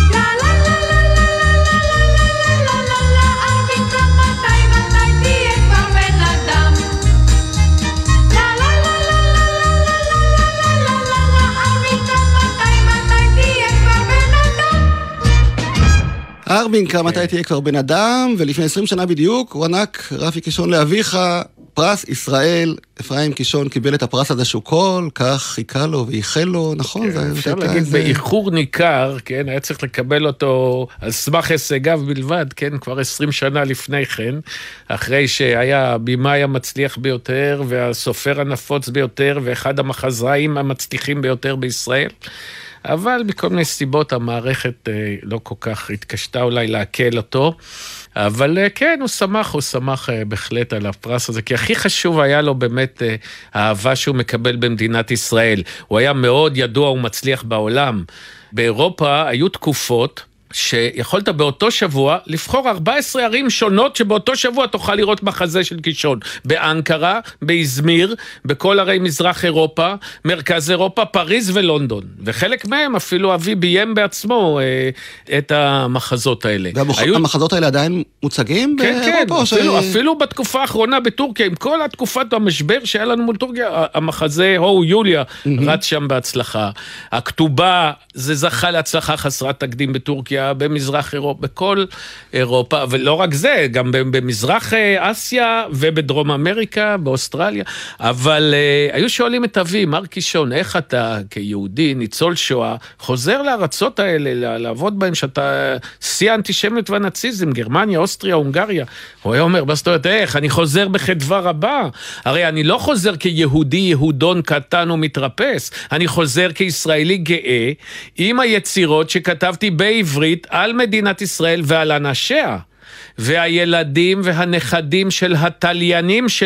Speaker 2: ארבינקה, מתי תהיה כבר בן אדם, ולפני 20 שנה בדיוק, הוא ענק רפי קישון לאביך, פרס ישראל, אפרים קישון קיבל את הפרס הזה שהוא כל כך חיכה לו וייחל לו, נכון?
Speaker 3: אפשר להגיד באיחור ניכר, כן, היה צריך לקבל אותו על סמך הישגיו בלבד, כן, כבר 20 שנה לפני כן, אחרי שהיה הבימאי המצליח ביותר, והסופר הנפוץ ביותר, ואחד המחזאים המצליחים ביותר בישראל. אבל בכל מיני סיבות המערכת לא כל כך התקשתה אולי להקל אותו, אבל כן, הוא שמח בהחלט על הפרס הזה, כי הכי חשוב היה לו באמת האהבה שהוא מקבל במדינת ישראל. הוא היה מאוד ידוע ומצליח בעולם. באירופה היו תקופות שיכולת באותו שבוע לבחור 14 ערים שונות שבאותו שבוע תוכל לראות מחזה של קישון. באנקרה, באזמיר, בכל ערי מזרח אירופה, מרכז אירופה, פריז ולונדון. וחלק מהם אפילו אבי ביים בעצמו את המחזות האלה.
Speaker 2: והמחזות האלה עדיין מוצגים באירופה?
Speaker 3: כן, אפילו בתקופה האחרונה בטורקיה, עם כל התקופת המשבר שהיה לנו מול טורקיה, המחזה הו יוליה רץ שם בהצלחה. הכתובה, זה זכה להצלחה חסרת תקדים בטורקיה, במזרח אירופה, בכל אירופה, ולא רק זה, גם במזרח אסיה ובדרום אמריקה, באוסטרליה, אבל היו שואלים את אבי, מר קישון, איך אתה כיהודי, ניצול שואה, חוזר לארצות האלה, לעבוד בהם, שאתה שיא האנטישמיות והנאציזם, גרמניה, אוסטריה, הונגריה. הוא היה אומר, בסטוריות, איך? אני חוזר בחדווה רבה. הרי אני לא חוזר כיהודי, יהודון קטן ומתרפס, אני חוזר כישראלי גאה, עם היצירות שכתבתי בעברית, על מדינת ישראל ועל אנשיה, והילדים והנכדים של התליינים שלי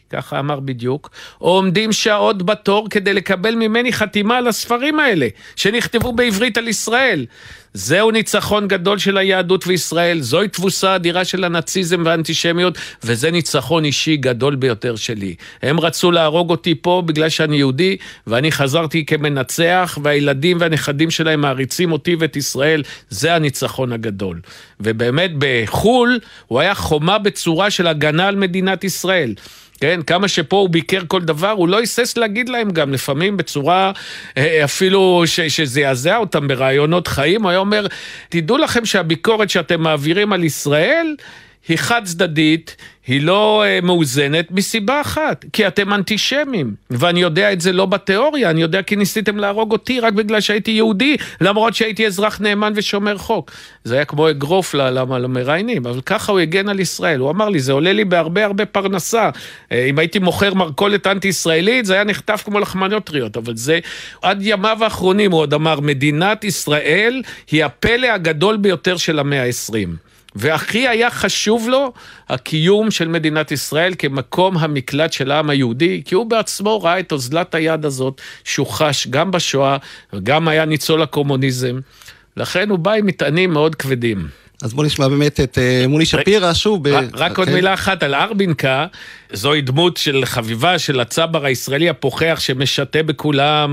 Speaker 3: ככה אמר בדיוק, או עומדים שעות בתור כדי לקבל ממני חתימה על הספרים האלה, שנכתבו בעברית על ישראל. זהו ניצחון גדול של היהדות וישראל, זוהי תבוסה אדירה של הנאציזם והאנטישמיות, וזה ניצחון אישי גדול ביותר שלי. הם רצו להרוג אותי פה בגלל שאני יהודי, ואני חזרתי כמנצח, והילדים והנכדים שלהם מעריצים אותי ואת ישראל, זה הניצחון הגדול. ובאמת בחול הוא היה חומה בצורה של הגנה על מדינת ישראל. כן, כמה שפה הוא ביקר כל דבר, הוא לא היסס להגיד להם גם, לפעמים בצורה אפילו שזה יעזע אותם ברעיונות חיים, הוא היה אומר, תדעו לכם שהביקורת שאתם מעבירים על ישראל, היא חד צדדית, היא לא מאוזנת מסיבה אחת, כי אתם אנטישמים, ואני יודע את זה לא בתיאוריה, אני יודע כי ניסיתם להרוג אותי רק בגלל שהייתי יהודי, למרות שהייתי אזרח נאמן ושומר חוק. זה היה כמו אגרוף למראיינים, אבל ככה הוא הגן על ישראל, הוא אמר לי, זה עולה לי בהרבה הרבה פרנסה, אם הייתי מוכר מרכולת אנטי-ישראלית, זה היה נחטף כמו לחמניות טריות, אבל זה, עד ימיו האחרונים הוא עוד אמר, מדינת ישראל היא הפלא הגדול ביותר של המאה ה-20. והכי היה חשוב לו הקיום של מדינת ישראל כמקום המקלט של העם היהודי, כי הוא בעצמו ראה את אוזלת היד הזאת שהוא חש גם בשואה וגם היה ניצול הקומוניזם, לכן הוא בא עם מטענים מאוד כבדים.
Speaker 2: אז בוא נשמע באמת את מולי שפירא שוב.
Speaker 3: רק עוד מילה אחת על ארבינקה, זוהי דמות של חביבה של הצבר הישראלי הפוחח שמשתה בכולם,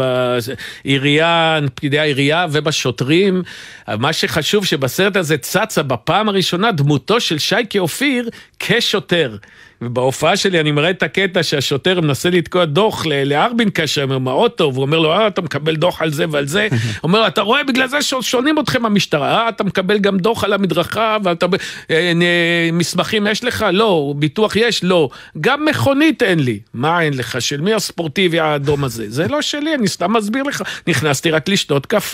Speaker 3: בעירייה, פקידי העירייה ובשוטרים. מה שחשוב שבסרט הזה צצה בפעם הראשונה דמותו של שייקה אופיר כשוטר. ובהופעה שלי אני מראה את הקטע שהשוטר מנסה לתקוע דוח לארבינקה שאומר מהאוטו, והוא אומר לו, אתה מקבל דוח על זה ועל זה. הוא אומר, אתה רואה בגלל זה שונים אתכם המשטרה, אתה מקבל גם דוח על המדרכה, מסמכים יש לך? לא. ביטוח יש? לא. גם מכונית אין לי. מה אין לך? של מי הספורטיבי האדום הזה? זה לא שלי, אני סתם מסביר לך. נכנסתי רק לשתות קפה.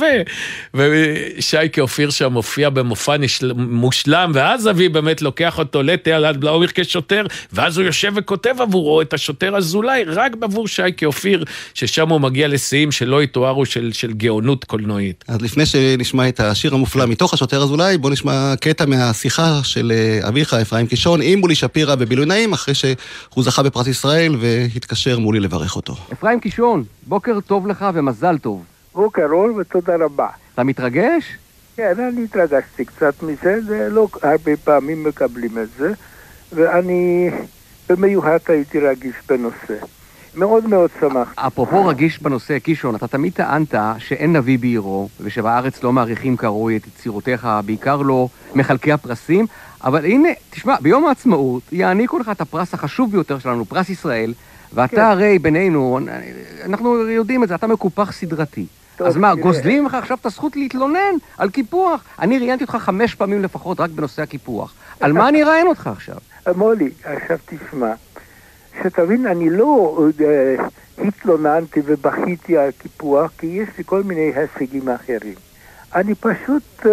Speaker 3: ושייקה אופיר שם מופיע במופע מושלם, ואז אבי באמת לוקח אותו לתעלת בלאומיר כשוטר, ואז הוא יושב וכותב עבורו את השוטר אזולאי, רק בעבור שייקה אופיר, ששם הוא מגיע לשיאים שלא יתוארו של גאונות קולנועית.
Speaker 2: אז לפני שנשמע את השיר המופלא מתוך השוטר אזולאי, בוא נשמע קטע מהשיחה של אביך, אפרים קישון, עם מולי שפירא בבילוי נעים, אחרי שהוא זכה בפרס ישראל, והתקשר מולי לברך אותו.
Speaker 15: אפרים קישון, בוקר טוב לך ומזל טוב.
Speaker 17: בוקר אור ותודה רבה.
Speaker 15: אתה מתרגש?
Speaker 17: כן, אני התרגשתי קצת מזה, זה לא הרבה פעמים מקבלים את זה. ואני במיוחד הייתי רגיש בנושא. מאוד מאוד שמח.
Speaker 15: אפרופו רגיש בנושא, קישון, אתה תמיד טענת שאין נביא בעירו, ושבארץ לא מעריכים כראוי את יצירותיך, בעיקר לא מחלקי הפרסים, אבל הנה, תשמע, ביום העצמאות יעניקו לך את הפרס החשוב ביותר שלנו, פרס ישראל, ואתה הרי בינינו, אנחנו יודעים את זה, אתה מקופח סדרתי. אז מה, גוזלים ממך עכשיו את הזכות להתלונן על קיפוח? אני ראיינתי אותך 5 פעמים לפחות רק בנושא הקיפוח. על מה אני ראיין אותך עכשיו?
Speaker 17: מולי, עכשיו תשמע, שתבין, אני לא התלוננתי ובכיתי על קיפוח, כי יש לי כל מיני הישגים אחרים. אני פשוט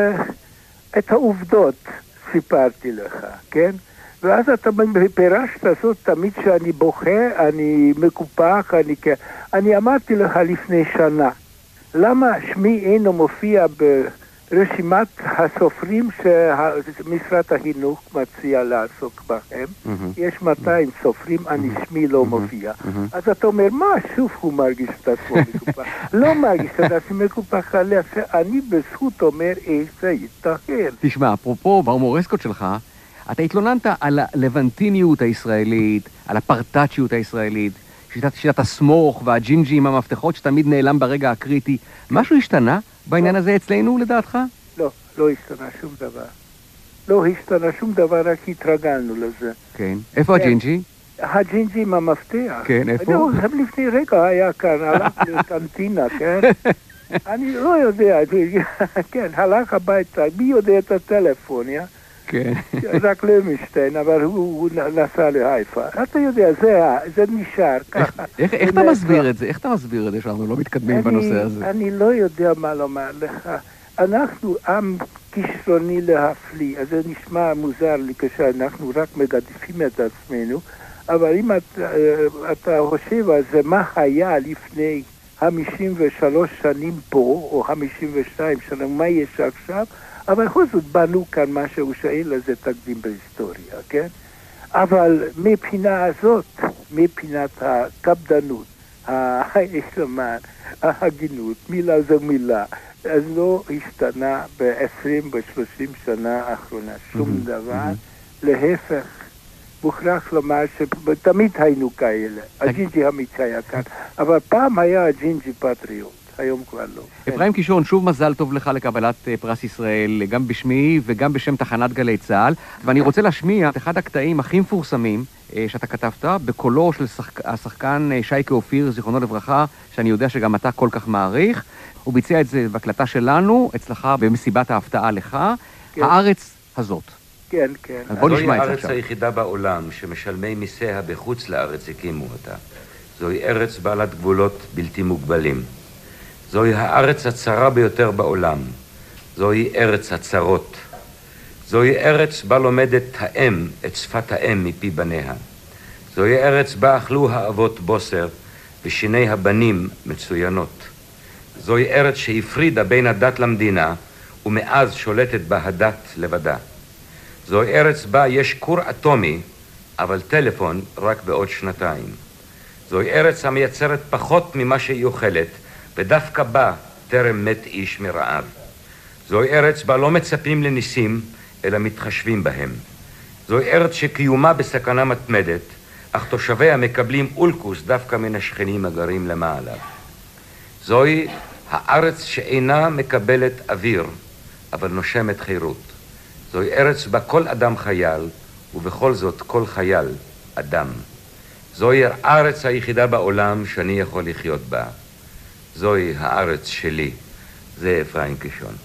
Speaker 17: את העובדות סיפרתי לך, כן? ואז אתה פירשת זאת תמיד שאני בוכה, אני מקופח, אני אמרתי לך לפני שנה, למה שמי אינו מופיע ברשימת הסופרים שמשרד החינוך מציע לעסוק בהם? יש 200 סופרים, אני שמי לא מופיע. אז אתה אומר, מה שוב הוא מרגיש את עצמו מקופח? לא מרגיש את עצמו מקופח עליה, שאני בזכות אומר איך זה יתכן.
Speaker 15: תשמע, אפרופו בהומורסקות שלך, אתה התלוננת על הלבנטיניות הישראלית, על הפרטאצ'יות הישראלית, שיטת הסמוך והג'ינג'ים המפתחות שתמיד נעלם ברגע הקריטי. משהו השתנה בעניין הזה אצלנו לדעתך?
Speaker 17: לא, לא השתנה שום דבר. לא השתנה שום דבר, רק התרגלנו לזה.
Speaker 15: כן. איפה הג'ינג'י?
Speaker 17: הג'ינג'י עם המפתח.
Speaker 15: כן, איפה?
Speaker 17: לפני רגע היה כאן, הלך לקנטינה, כן? אני לא יודע, כן, הלך הביתה, מי יודע את הטלפוניה?
Speaker 15: כן.
Speaker 17: רק למשטיין, אבל הוא נסע להיפה. אתה יודע, זה נשאר ככה.
Speaker 15: איך אתה מסביר את זה? איך אתה מסביר את זה שאנחנו לא מתקדמים בנושא הזה?
Speaker 17: אני לא יודע מה לומר לך. אנחנו עם כישרוני להפליא, אז זה נשמע מוזר לי כשאנחנו רק מגדפים את עצמנו, אבל אם אתה חושב על זה, מה היה לפני 53 שנים פה, או 52 שנה, מה יש עכשיו? אבל בכל זאת בנו כאן משהו שאין לזה תקדים בהיסטוריה, כן? אבל מבחינה הזאת, מבחינת הקפדנות, יש לומר, ההגינות, מילה זו מילה, אז לא השתנה ב-20, ב-30 שנה האחרונה שום דבר, להפך. מוכרח לומר שתמיד היינו כאלה, הג'ינג'י אמיתי היה כאן, אבל פעם היה הג'ינג'י פטריוט, היום כבר לא.
Speaker 15: אפרים קישון, שוב מזל טוב לך לקבלת פרס ישראל, גם בשמי וגם בשם תחנת גלי צה"ל, ואני רוצה להשמיע את אחד הקטעים הכי מפורסמים שאתה כתבת, בקולו של השחקן שייקה אופיר, זיכרונו לברכה, שאני יודע שגם אתה כל כך מעריך, הוא ביצע את זה בהקלטה שלנו, אצלך במסיבת ההפתעה לך, הארץ הזאת.
Speaker 17: כן, כן.
Speaker 18: זוהי הארץ היחידה בעולם שמשלמי מיסיה בחוץ לארץ הקימו אותה. זוהי ארץ בעלת גבולות בלתי מוגבלים. זוהי הארץ הצרה ביותר בעולם. זוהי ארץ הצרות. זוהי ארץ בה לומדת האם את שפת האם מפי בניה. זוהי ארץ בה אכלו האבות בוסר ושיני הבנים מצוינות. זוהי ארץ שהפרידה בין הדת למדינה ומאז שולטת בה הדת לבדה. זוהי ארץ בה יש כור אטומי, אבל טלפון רק בעוד 2 שנתיים. זוהי ארץ המייצרת פחות ממה שהיא אוכלת, ודווקא בה טרם מת איש מרעב. זוהי ארץ בה לא מצפים לניסים, אלא מתחשבים בהם. זוהי ארץ שקיומה בסכנה מתמדת, אך תושביה מקבלים אולקוס דווקא מן השכנים הגרים למעלה. זוהי הארץ שאינה מקבלת אוויר, אבל נושמת חירות. זוהי ארץ בה כל אדם חייל, ובכל זאת כל חייל אדם. זוהי הארץ היחידה בעולם שאני יכול לחיות בה. זוהי הארץ שלי. זה אפרים קישון.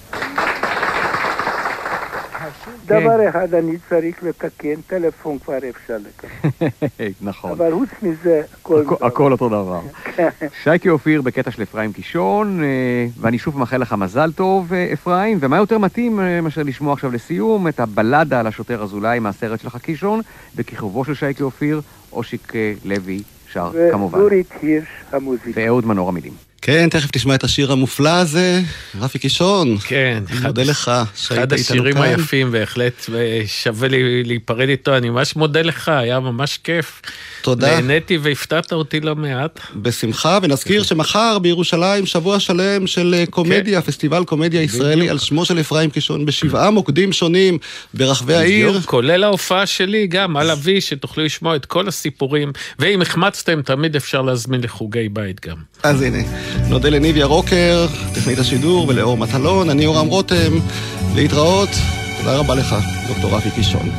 Speaker 17: דבר אחד אני צריך לתקן, טלפון כבר אפשר לקחת.
Speaker 15: נכון.
Speaker 17: אבל חוץ מזה,
Speaker 15: הכל אותו דבר. שייקה אופיר בקטע של אפרים קישון, ואני שוב מאחל לך מזל טוב, אפרים, ומה יותר מתאים מאשר לשמוע עכשיו לסיום את הבלדה על השוטר אזולאי מהסרט שלך קישון, בכיכובו של שייקה אופיר, אושיק לוי שר כמובן.
Speaker 17: ודורית הירש המוזיקה.
Speaker 15: ואהוד מנור המילים.
Speaker 2: כן, תכף תשמע את השיר המופלא הזה, רפי קישון.
Speaker 3: כן.
Speaker 2: אני מודה לך
Speaker 3: אחד השירים היפים, בהחלט שווה לי להיפרד איתו, אני ממש מודה לך, היה ממש כיף.
Speaker 2: תודה.
Speaker 3: נהניתי והפתעת אותי לא מעט.
Speaker 2: בשמחה, ונזכיר שמחר בירושלים שבוע שלם של קומדיה, פסטיבל קומדיה ישראלי על שמו של אפרים קישון, ב7 מוקדים שונים ברחבי העיר.
Speaker 3: כולל ההופעה שלי גם, על אבי, שתוכלו לשמוע את כל הסיפורים, ואם החמצתם, תמיד אפשר להזמין לחוגי בית גם.
Speaker 2: אז הנה, נודה לניביה רוקר, טכנית השידור, ולאור מטלון, אני יורם רותם, להתראות, תודה רבה לך, דוקטור רפי קישון.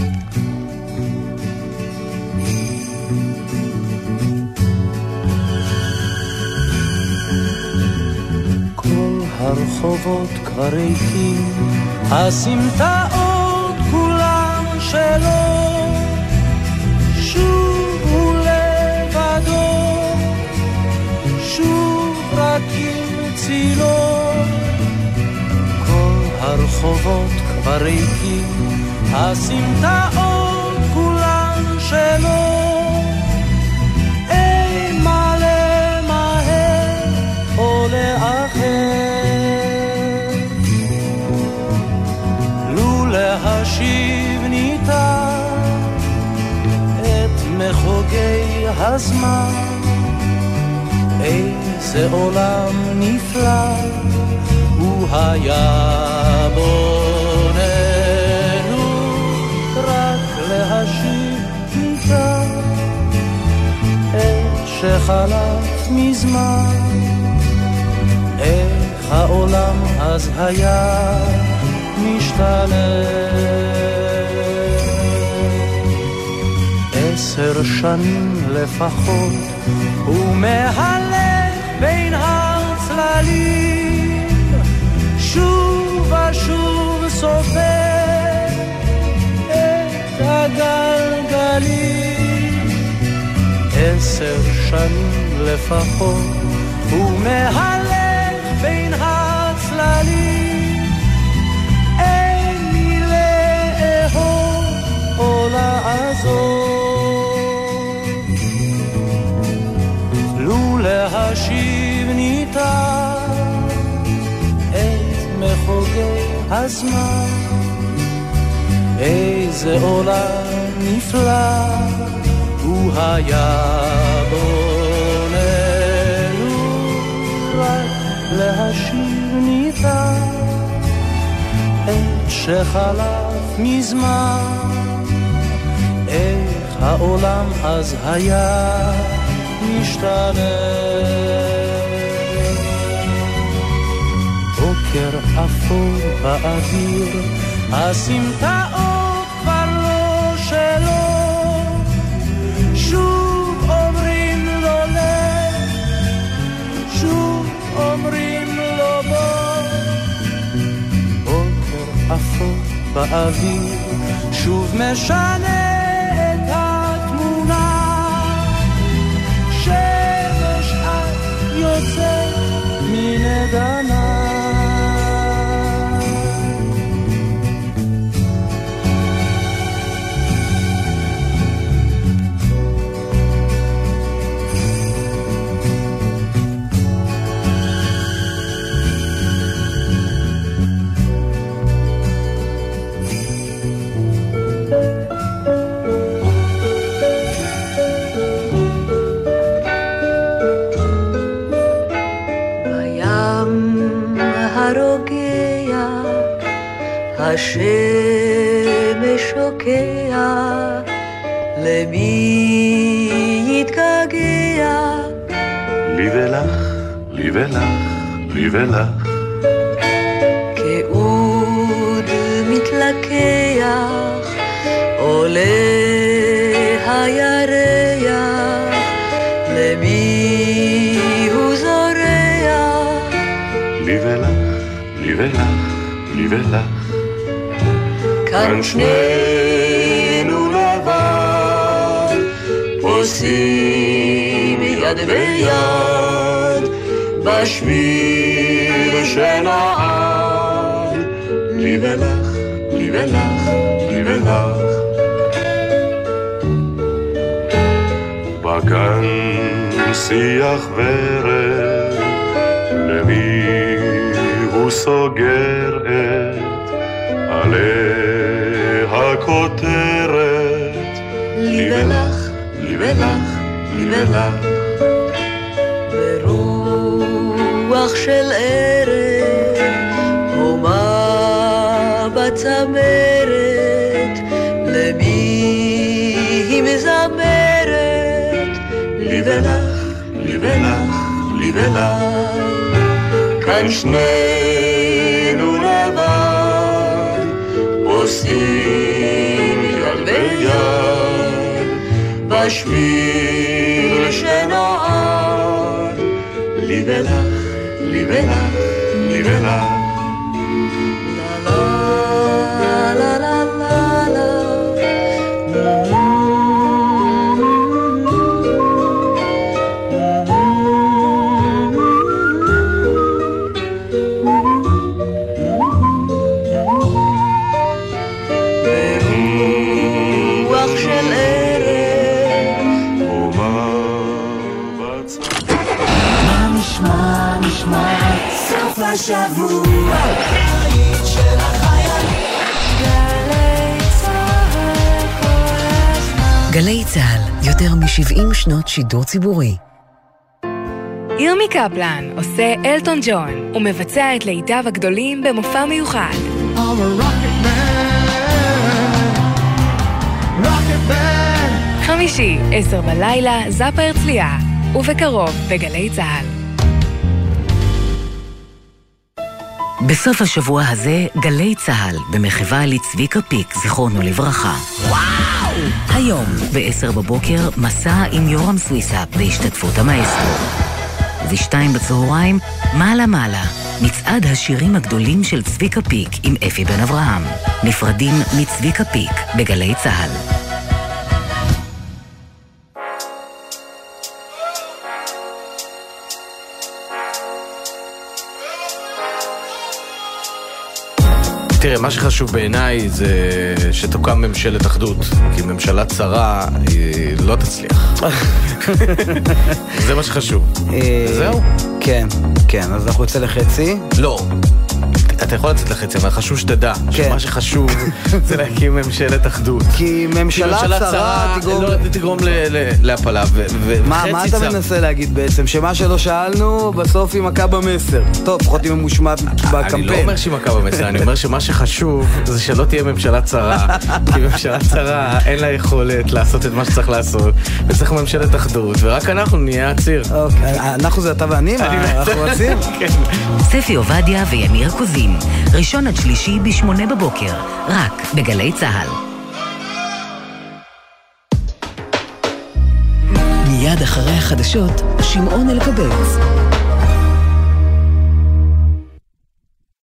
Speaker 19: הרחובות כבר ריקים, הסמטאות כולם שלו, שוב הוא לבדו, שוב רק עם צילו. כל הרחובות כבר ריקים, הסמטאות כולם שלו, אין מה למהר או לאחר, להשיב ניתן את מחוגי הזמן. איזה עולם נפלא הוא היה בוננו, רק להשיב ניתן את שחלף מזמן. איך העולם אז היה משתנה. 10 שנים לפחות הוא מהלך בין הצללים, שוב ושוב סופר את הגלגלים. 10 שנים לפחות הוא מהלך בין הצללים, אין מי לאהוב או לעזור, לו להשיב ניתן את מחוגי הזמן. איזה עולם נפלא הוא היה בוננו רק להשיב ניתן את שחלף מזמן איך העולם אז היה משתנה בוקר אפור באוויר הסמטאות כבר לא שלו שוב אומרים לו לך שוב אומרים לו בוא בוקר אפור באוויר שוב משנה את התמונה שמש את יוצאת מנגנה השמש שוקע למי יתגעגע
Speaker 20: לי ולך, לי ולך, לי ולך
Speaker 14: כאוד מתלקח עולה הירח למי הוא זורח
Speaker 20: לי ולך, לי ולך, לי ולך
Speaker 14: כאן שנינו לבד פוסעים יד ביד בשביל שנעד
Speaker 20: לי ולך, לי ולך, לי ולך בגן שיח ורד למי הוא סוגר את עלי הכותרת
Speaker 14: לי ולך,
Speaker 20: לי ולך, לי ולך
Speaker 14: ברוח של ערב הומה בצמרת למי היא מזמרת
Speaker 20: לי ולך, לי ולך, לי ולך
Speaker 14: כאן שנינו לבד עושים יד ביד בשביל שנועד
Speaker 20: לי ולך, לי ולך, לי ולך
Speaker 19: השבוע היית של החיילים גלי צהל כל הזמן
Speaker 21: גלי צהל, יותר מ-70 שנות שידור ציבורי.
Speaker 22: ירמי קפלן עושה אלטון ג'ון ומבצע את להיטיו הגדולים במופע מיוחד. חמישי, 10 בלילה, זאפה הרצליה, ובקרוב בגלי צהל.
Speaker 21: בסוף השבוע הזה, גלי צהל, במחווה לצביקה פיק, זיכרונו לברכה. וואו! היום, ב-10 בבוקר, מסע עם יורם סוויסה, בהשתתפות המאסטרו. וב-2 בצהריים, מעלה מעלה, מצעד השירים הגדולים של צביקה פיק עם אפי בן אברהם. נפרדים מצביקה פיק, בגלי צהל.
Speaker 23: תראה, מה שחשוב בעיניי זה שתוקם ממשלת אחדות, כי ממשלה צרה היא לא תצליח. זה מה שחשוב. זהו?
Speaker 24: כן, כן, אז אנחנו יוצא לחצי.
Speaker 23: לא. אתה יכול לצאת לחצי, אבל חשוב שתדע, שמה שחשוב זה להקים ממשלת אחדות.
Speaker 1: כי ממשלה צרה
Speaker 23: תגרום להפלה,
Speaker 1: מה אתה מנסה להגיד בעצם? שמה שלא שאלנו, בסוף היא מכה במסר. טוב, פחות אם היא מושמעת בקמפיין.
Speaker 23: אני לא אומר שהיא מכה במסר, אני אומר שמה שחשוב זה שלא תהיה ממשלה צרה, כי ממשלה צרה אין לה יכולת לעשות את מה שצריך לעשות, וצריך ממשלת אחדות, ורק אנחנו נהיה הציר.
Speaker 1: אוקיי, אנחנו זה אתה ואני, אנחנו רוצים?
Speaker 21: ספי עובדיה ויניר קוזין, ראשון עד שלישי ב8 בבוקר, רק בגלי צהל.
Speaker 5: מיד אחרי החדשות, שמעון אלקבץ.